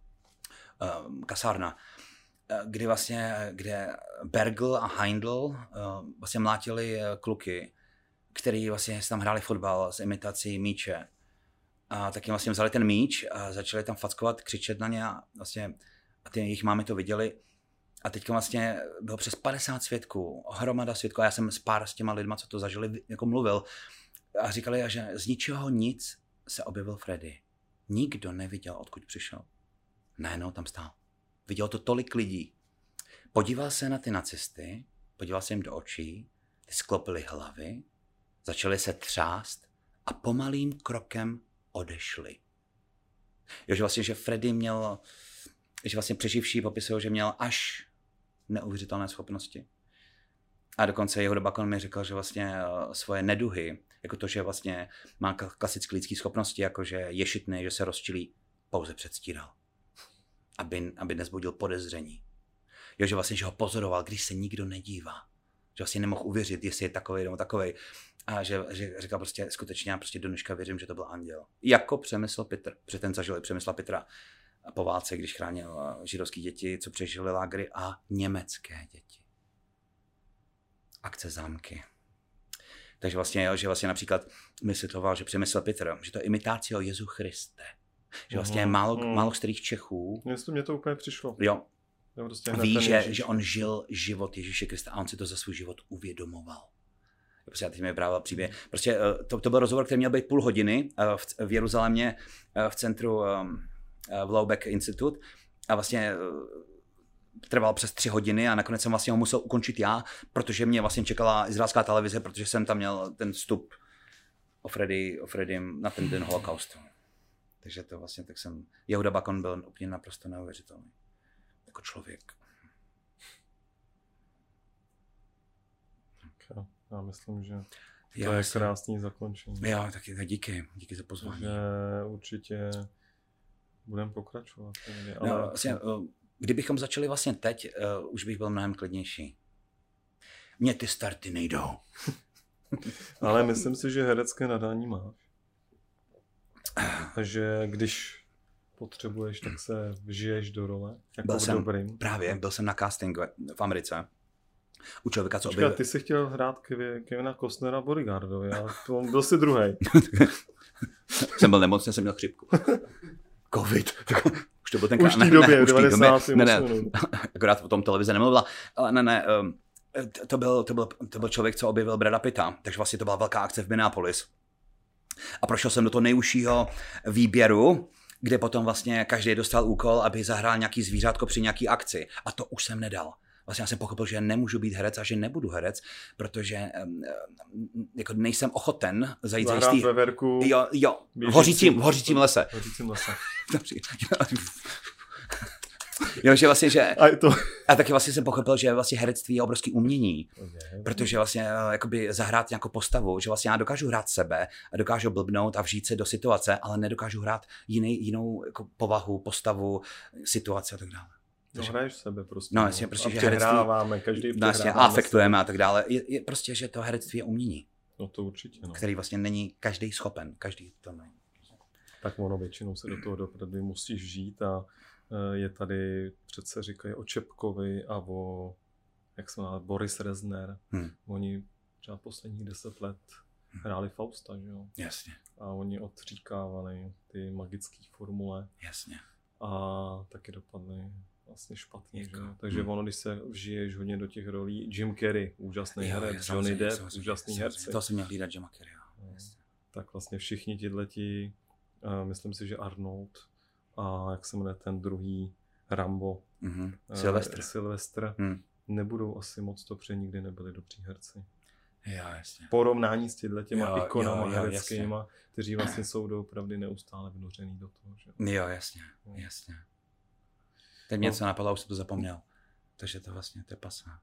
uh, kasárna, uh, kdy vlastně, kde Bergl a Heindl uh, vlastně mlátili uh, kluky, který vlastně tam hráli fotbal s imitací míče. A tak jim vlastně vzali ten míč a začali tam fackovat, křičet na ně a vlastně a ty jejich mámy to viděli. A teďka vlastně bylo přes padesát svědků, hromada svědků a já jsem s pár s těma lidma, co to zažili, jako mluvil a říkali, že z ničeho nic se objevil Freddy. Nikdo neviděl, odkud přišel. Najednou tam stál. Viděl to tolik lidí. Podíval se na ty nacisty, podíval se jim do očí, ty sklopili hlavy, začali se třást a pomalým krokem odešli. Jo, že vlastně, že Freddy měl, že vlastně přeživší popisují, že měl až neuvěřitelné schopnosti. A dokonce Jehuda Bakon mi řekl, že vlastně svoje neduhy, jako to, že vlastně má klasické lidské schopnosti, jako že je šitný, že se rozčilí, pouze předstíral. Aby, aby nezbudil podezření. Jo, že vlastně, že ho pozoroval, když se nikdo nedívá. Že vlastně nemohl uvěřit, jestli je takovej nebo takovej. A že, že říkal prostě, skutečně já prostě do dneška věřím, že to byl anděl. Jako Přemysl Pitr, protože ten zažil i Přemysla Pitra po válce, když chránil židovské děti, co přežili lágry, a německé děti. Akce Zámky. Takže vlastně, jo, že vlastně například vysvětloval, že Přemysl Pitr, že to je imitácio Jezu Christe. Že vlastně mm, málo, mm. málo starých Čechů. Mně to úplně přišlo. Jo. Prostě ví, že, že on žil život Ježíše Krista a on si to za svůj život uvědomoval. Prostě já teď mi právě příběh. Prostě to, to byl rozhovor, který měl být půl hodiny v, v Jeruzalémě v centru v Laubeck Institute a vlastně trval přes tři hodiny a nakonec jsem vlastně ho musel ukončit já, protože mě vlastně čekala izraelská televize, protože jsem tam měl ten vstup o Freddy, o Freddym na ten den holokaustu. Takže to vlastně, tak jsem, Jehuda Bakon byl úplně naprosto neuvěřitelný. Jako člověk. Okay. Já myslím, že to Já je jsem... krásný zakončení. Jo, taky tak díky, díky za pozvání. Takže určitě budeme pokračovat. Ale... No, vlastně, kdybychom začali vlastně teď, uh, už bych byl mnohem klidnější. Mně ty starty nejdou. Ale myslím si, že herecké nadání máš. Takže když potřebuješ, tak se vžiješ do role. Jako byl v jsem, dobrým. Právě, byl jsem na castingu v Americe. U člověka, co Počkej, objevil... ty jsi chtěl hrát Kevina Costnera Bodyguardovi, a to byl jsi druhej. Jsem byl nemocný, jsem měl chřipku. Covid. Už to byl ten Už v té době, v devadesátém Ne, ne, akorát o tom televize nemluvila. Ale ne, ne, um, to, byl, to, byl, to byl člověk, co objevil Brada Pitta, takže vlastně to byla velká akce v Minneapolis. A prošel jsem do toho nejužšího výběru, kde potom vlastně každý dostal úkol, aby zahrál nějaký zvířátko při nějaký akci. A to už jsem nedal. Vlastně já jsem pochopil, že nemůžu být herec a že nebudu herec, protože um, jako nejsem ochoten zajít za jistý... veverku, jo, jo, v hořícím, v hořícím lese. V hořícím lese. Jo, že vlastně, že... A, to... a taky vlastně jsem pochopil, že vlastně herectví je obrovský umění, okay. Protože vlastně jakoby zahrát nějakou postavu, že vlastně já dokážu hrát sebe a dokážu blbnout a vžít se do situace, ale nedokážu hrát jiný, jinou jako povahu, postavu, situaci a tak dále. No, hraješ sebe prostě. No, jasně, prostě, a že přehráváme, každý no, jasně, a afektujeme a tak dále. Je, je prostě, že to herectví je umění. No to určitě, no. Který vlastně není každý schopen, každý to není. Tak ono většinou se do toho dopravdy musíš žít a je tady, přece říkají o Čepkovi a o, jak se jmenuje, Boris Rezner. Hmm. Oni třeba posledních deset let hráli Fausta, že jo? Jasně. A oni odříkávali ty magické formule. Jasně. A taky dopadly vlastně špatně, že? Takže hmm. ono, když se vžiješ hodně do těch rolí, Jim Carrey, úžasný jo, herec, Johnny Depp, úžasný herci. To jsem měl hlídat Jima Carrey. No. Tak vlastně všichni tihleti, uh, myslím si, že Arnold a jak se jmenuje ten druhý Rambo, mm-hmm. uh, Sylvester, Sylvester hmm. nebudou asi moc to, protože nikdy nebyli dobří herci. Jo, jasně. Porovnání s těma těma jo, ikonama jo, jo, hereckýma, kteří vlastně jsou doopravdy neustále vnořený do toho. Že? Jo, jasně, no. jasně. Teď mě no. něco napadlo, už jsem to zapomněl. Takže to vlastně to je pasá.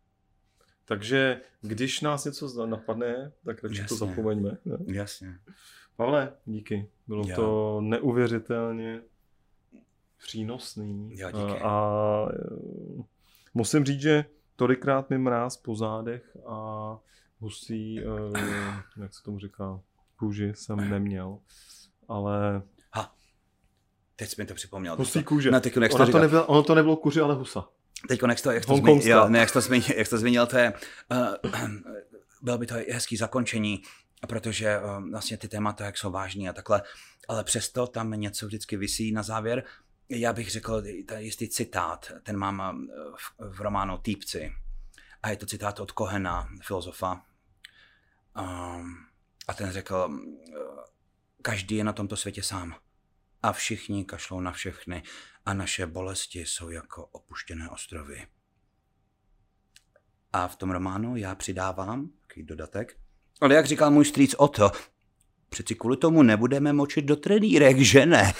Takže když nás něco napadne, tak radši to zapomeňme. Ne? Jasně. Pavle, díky. Bylo jo. to neuvěřitelně přínosný. Jo, díky. A, a musím říct, že tolikrát mi mráz po zádech a husí, jak se tomu říká, kůži jsem neměl. Ale... Ha. Teď jsi mi to připomněl. Husí kůže. No, teď, ono, to nebylo, ono to nebylo kuři, ale husa. Teď, jak to, jak to, zmi, jo, ne, jak to, zmi, jak to zmínil, to je, uh, bylo by to hezký zakončení, protože uh, vlastně ty témata, jak jsou vážný a takhle, ale přesto tam něco vždycky visí na závěr. Já bych řekl, tady jistý citát, ten mám v, v románu Týpci. A je to citát od Kohena, filozofa. Um, a ten řekl, každý je na tomto světě sám. A všichni kašlou na všechny a naše bolesti jsou jako opuštěné ostrovy. A v tom románu já přidávám takový dodatek. Ale jak říkal můj strýc Otto, přeci kvůli tomu nebudeme močit do trenýrek, že ne?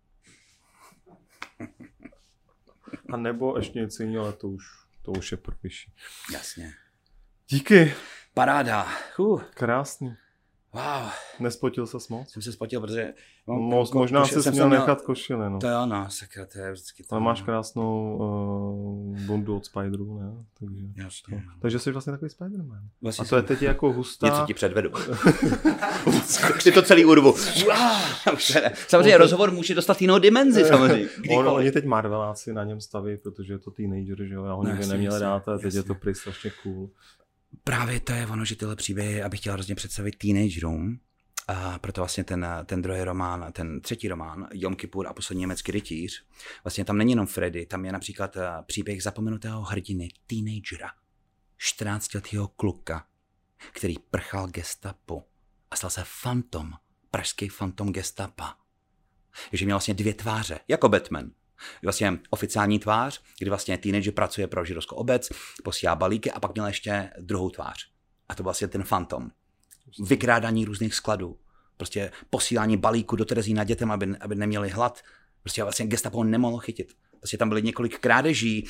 A nebo ještě něco jiného, ale to už, to už je pro vyšší. Jasně. Díky. Paráda. Uh. Krásný. Wow. Nespotil ses moc? Jsem se spotil, protože... Mo- ko- možná jsi měl nechat košile, no. To jo, no, sakra, to je vždycky to. Ale máš krásnou uh, bundu od Spiderů, ne? Takže, jasně. To, takže jsi vlastně takový Spiderman. Vlastně a to je teď jako hustá... Něco ti předvedu. Ty to celý urvu. Samozřejmě rozhovor může dostat jinou dimenzi, samozřejmě. Ono, oni teď Marveláci na něm staví, protože je to teenager, že jo? Já ho nikdy neměl rád a teď jasně. Je to prý strašně cool. Právě to je ono, že tyhle příběhy, abych chtěl hrozně představit teenagerům, a proto vlastně ten, ten druhý román, ten třetí román, Jom Kippur a poslední německý rytíř, vlastně tam není jenom Freddy, tam je například příběh zapomenutého hrdiny, teenagera, čtrnáctiletého kluka, který prchal gestapu a stal se fantom, pražský fantom gestapa. Takže měl vlastně dvě tváře, jako Batman. Vlastně oficiální tvář, kdy vlastně teenager pracuje pro židovskou obec, posílá balíky a pak měl ještě druhou tvář. A to byl vlastně ten fantom. Vykrádání různých skladů, Prostě posílání balíku do Terezína dětem, aby, aby neměli hlad. Prostě vlastně gestapo nemohlo chytit. Prostě tam byly několik krádeží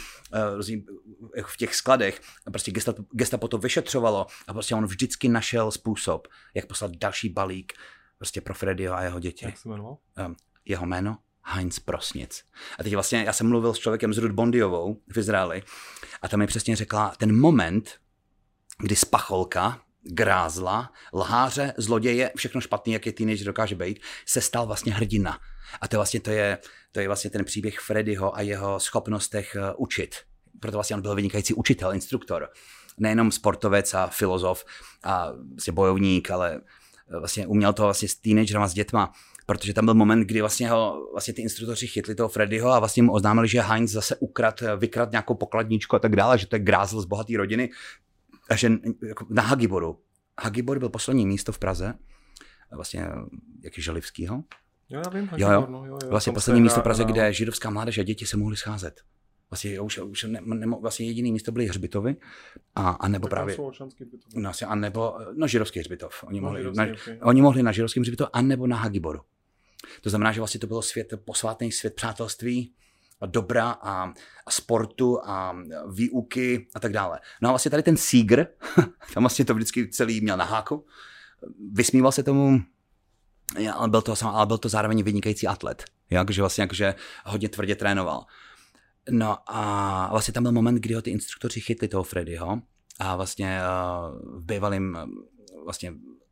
uh, v těch skladech. Prostě gestapo, gestapo to vyšetřovalo a prostě on vždycky našel způsob, jak poslat další balík prostě pro Freddyho a jeho děti. Jak se jmenoval? Um, jeho jméno? Heinz Prosnic. A teď vlastně já jsem mluvil s člověkem z Ruth Bondiovou v Izraeli a tam mi přesně řekla ten moment, kdy spacholka, grázla, lháře, zloděje, všechno špatný, jak je teenager dokáže být, se stal vlastně hrdina. A to vlastně to je, to je vlastně ten příběh Freddyho a jeho schopnostech uh, učit. Proto vlastně on byl vynikající učitel, instruktor. Nejenom sportovec a filozof a vlastně bojovník, ale vlastně uměl to vlastně s teenagerama, s dětma. Protože tam byl moment, kdy vlastně, ho, vlastně ty instruktoři chytli toho Freddyho a vlastně mu oznámili, že Heinz zase ukrad, vykrad nějakou pokladničku a tak dále, že to je grázl z bohaté rodiny. A že jako na Hagiboru. Hagibor byl poslední místo v Praze, vlastně jaký Želivskýho. Jo, já vím, Hagibor, jo, jo. No, jo, jo. Vlastně poslední místo v Praze, na... kde židovská mládež a děti se mohly scházet. Vlastně už, už ne, ne, vlastně jediný místo byly hřbitovy a, a nebo tak právě no, a nebo no židovský hřbitov. Oni, no, mohli, židovský, na, okay. oni mohli na židovském hřbitovu a nebo na Hagiboru. To znamená, že vlastně to bylo svět, posvátný svět přátelství, a dobra a, a sportu a výuky a tak dále. No a vlastně tady ten Sieger, tam vlastně to vždycky celý měl na háku, vysmíval se tomu, ale byl to, ale byl to zároveň vynikající atlet, jak, že vlastně jakože hodně tvrdě trénoval. No a vlastně tam byl moment, kdy ho ty instruktoři chytli toho Freddyho a vlastně uh, v bývalým vlastně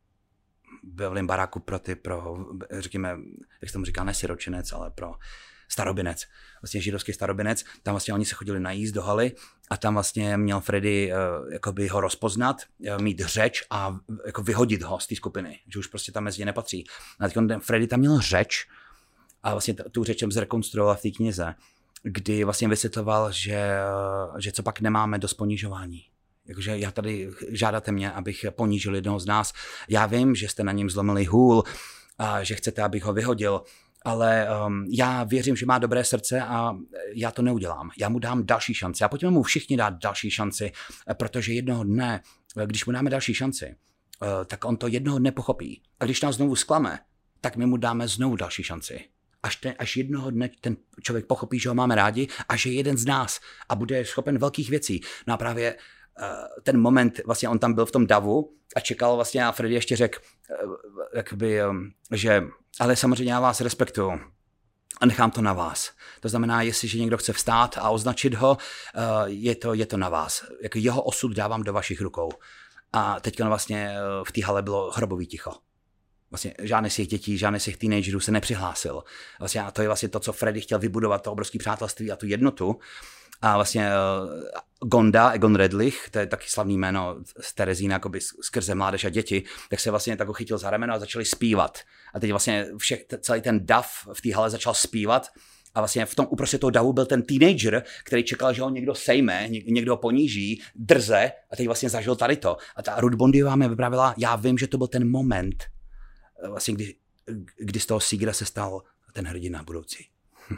bývalým baráku pro ty, pro, řekněme, jak se tomu říká, ne siročinec, ale pro starobinec, vlastně židovský starobinec, tam vlastně oni se chodili najíst do haly a tam vlastně měl Freddy uh, jakoby ho rozpoznat, uh, mít řeč a uh, jako vyhodit ho z té skupiny, že už prostě tam mezi ně nepatří. A teď on, Freddy tam měl řeč a vlastně t- tu řeč jsem zrekonstruoval v té knize, kdy vlastně vysvětloval, že, že co pak nemáme dost ponižování. Jakože já tady žádáte mě, abych ponížil jednoho z nás. Já vím, že jste na něm zlomili hůl a že chcete, abych ho vyhodil, ale um, já věřím, že má dobré srdce a já to neudělám. Já mu dám další šanci. A pojďme mu všichni dát další šanci, protože jednoho dne, když mu dáme další šanci, uh, tak on to jednoho dne pochopí. A když nás znovu zklame, tak my mu dáme znovu další šanci. Až, ten, až jednoho dne ten člověk pochopí, že ho máme rádi a že je jeden z nás a bude schopen velkých věcí. No a právě uh, ten moment, vlastně on tam byl v tom davu a čekal vlastně a Freddy ještě řekl, uh, jakoby, um, že ale samozřejmě já vás respektuju a nechám to na vás. To znamená, jestliže někdo chce vstát a označit ho, uh, je, to, je to na vás. Jako jeho osud dávám do vašich rukou. A teďka vlastně v té hale bylo hrobový ticho. Vlastně žádný z těch dětí, žádný z těch teenagerů se nepřihlásil. Vlastně a to je vlastně to, co Freddy chtěl vybudovat, to obrovské přátelství a tu jednotu. A vlastně uh, Gonda, Egon Redlich, to je taky slavný jméno z Terezína, jakoby skrze mládež a děti, tak se vlastně tak chytil za rameno a začali zpívat. A teď vlastně vše, celý ten dav v té hale začal zpívat. A vlastně v tom uprostřed toho davu byl ten teenager, který čekal, že ho někdo sejme, někdo ho poníží, drze a teď vlastně zažil tady to. A ta Ruth Bondiová mi vyprávěla, já vím, že to byl ten moment, vlastně kdy, kdy z toho Siegera se stal ten hrdina budoucí. Hm.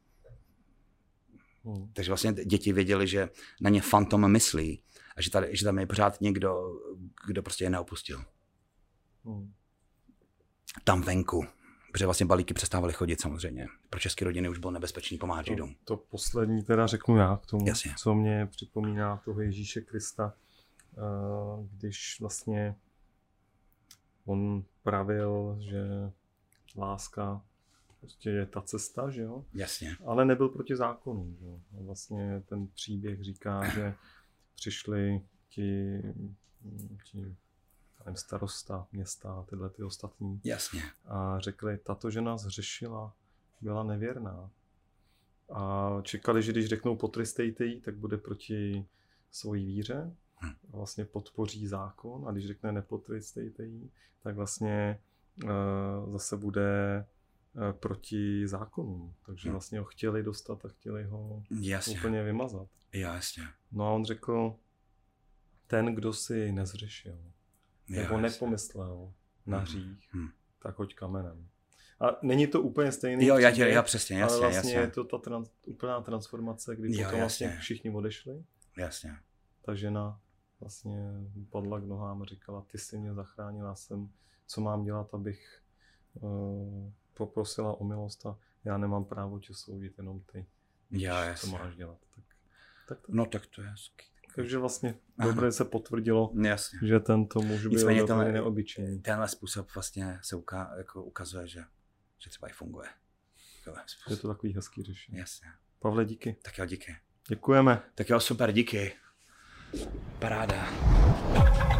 Hmm. Takže vlastně děti věděli, že na ně fantom myslí a že, tady, že tam je pořád někdo, kdo prostě je neopustil. Hmm. Tam venku. Protože vlastně balíky přestávaly chodit samozřejmě. Pro české rodiny už bylo nebezpečný pomáhat Židům. To, to poslední teda řeknu já k tomu, Jasně. Co mě připomíná toho Ježíše Krista, když vlastně on pravil, že láska prostě je ta cesta, že jo? Jasně. Ale nebyl proti zákonu, že jo? A vlastně ten příběh říká, že přišli ti, ti nevím, starosta města a tyhle ty ostatní. Jasně. A řekli, tato žena zřešila, byla nevěrná. A čekali, že když řeknou potrestejte jí, tak bude proti svojí víře. Hm. A vlastně podpoří zákon. A když řekne nepotrestejte jí, tak vlastně uh, zase bude uh, proti zákonu. Takže hm. vlastně ho chtěli dostat a chtěli ho jasně. úplně vymazat. Jasně. No a on řekl, ten, kdo si nezřešil, nebo jasně. nepomyslel na hřích, hmm. tak hoď kamenem. A není to úplně stejný. Jo, já, já přesně, jasně, ale vlastně jasně. je to ta trans, úplná transformace, kdy jo, potom jasně. vlastně všichni odešli. Jasně. Ta žena vlastně padla k nohám a říkala, ty jsi mě zachránila, jsem, co mám dělat, abych uh, poprosila o milost a já nemám právo tě soudit, jenom ty. Já, co máš dělat. Tak, tak, tak. No tak to je hezký. Takže vlastně dobře se potvrdilo, jasně. že tento muž byl tenhle, neobyčejný. Tenhle způsob vlastně se uka, jako ukazuje, že, že třeba i funguje. Je to takový hezký řešení. Jasně. Pavle, díky. Tak jo, díky. Děkujeme. Tak jo, super, díky. Paráda.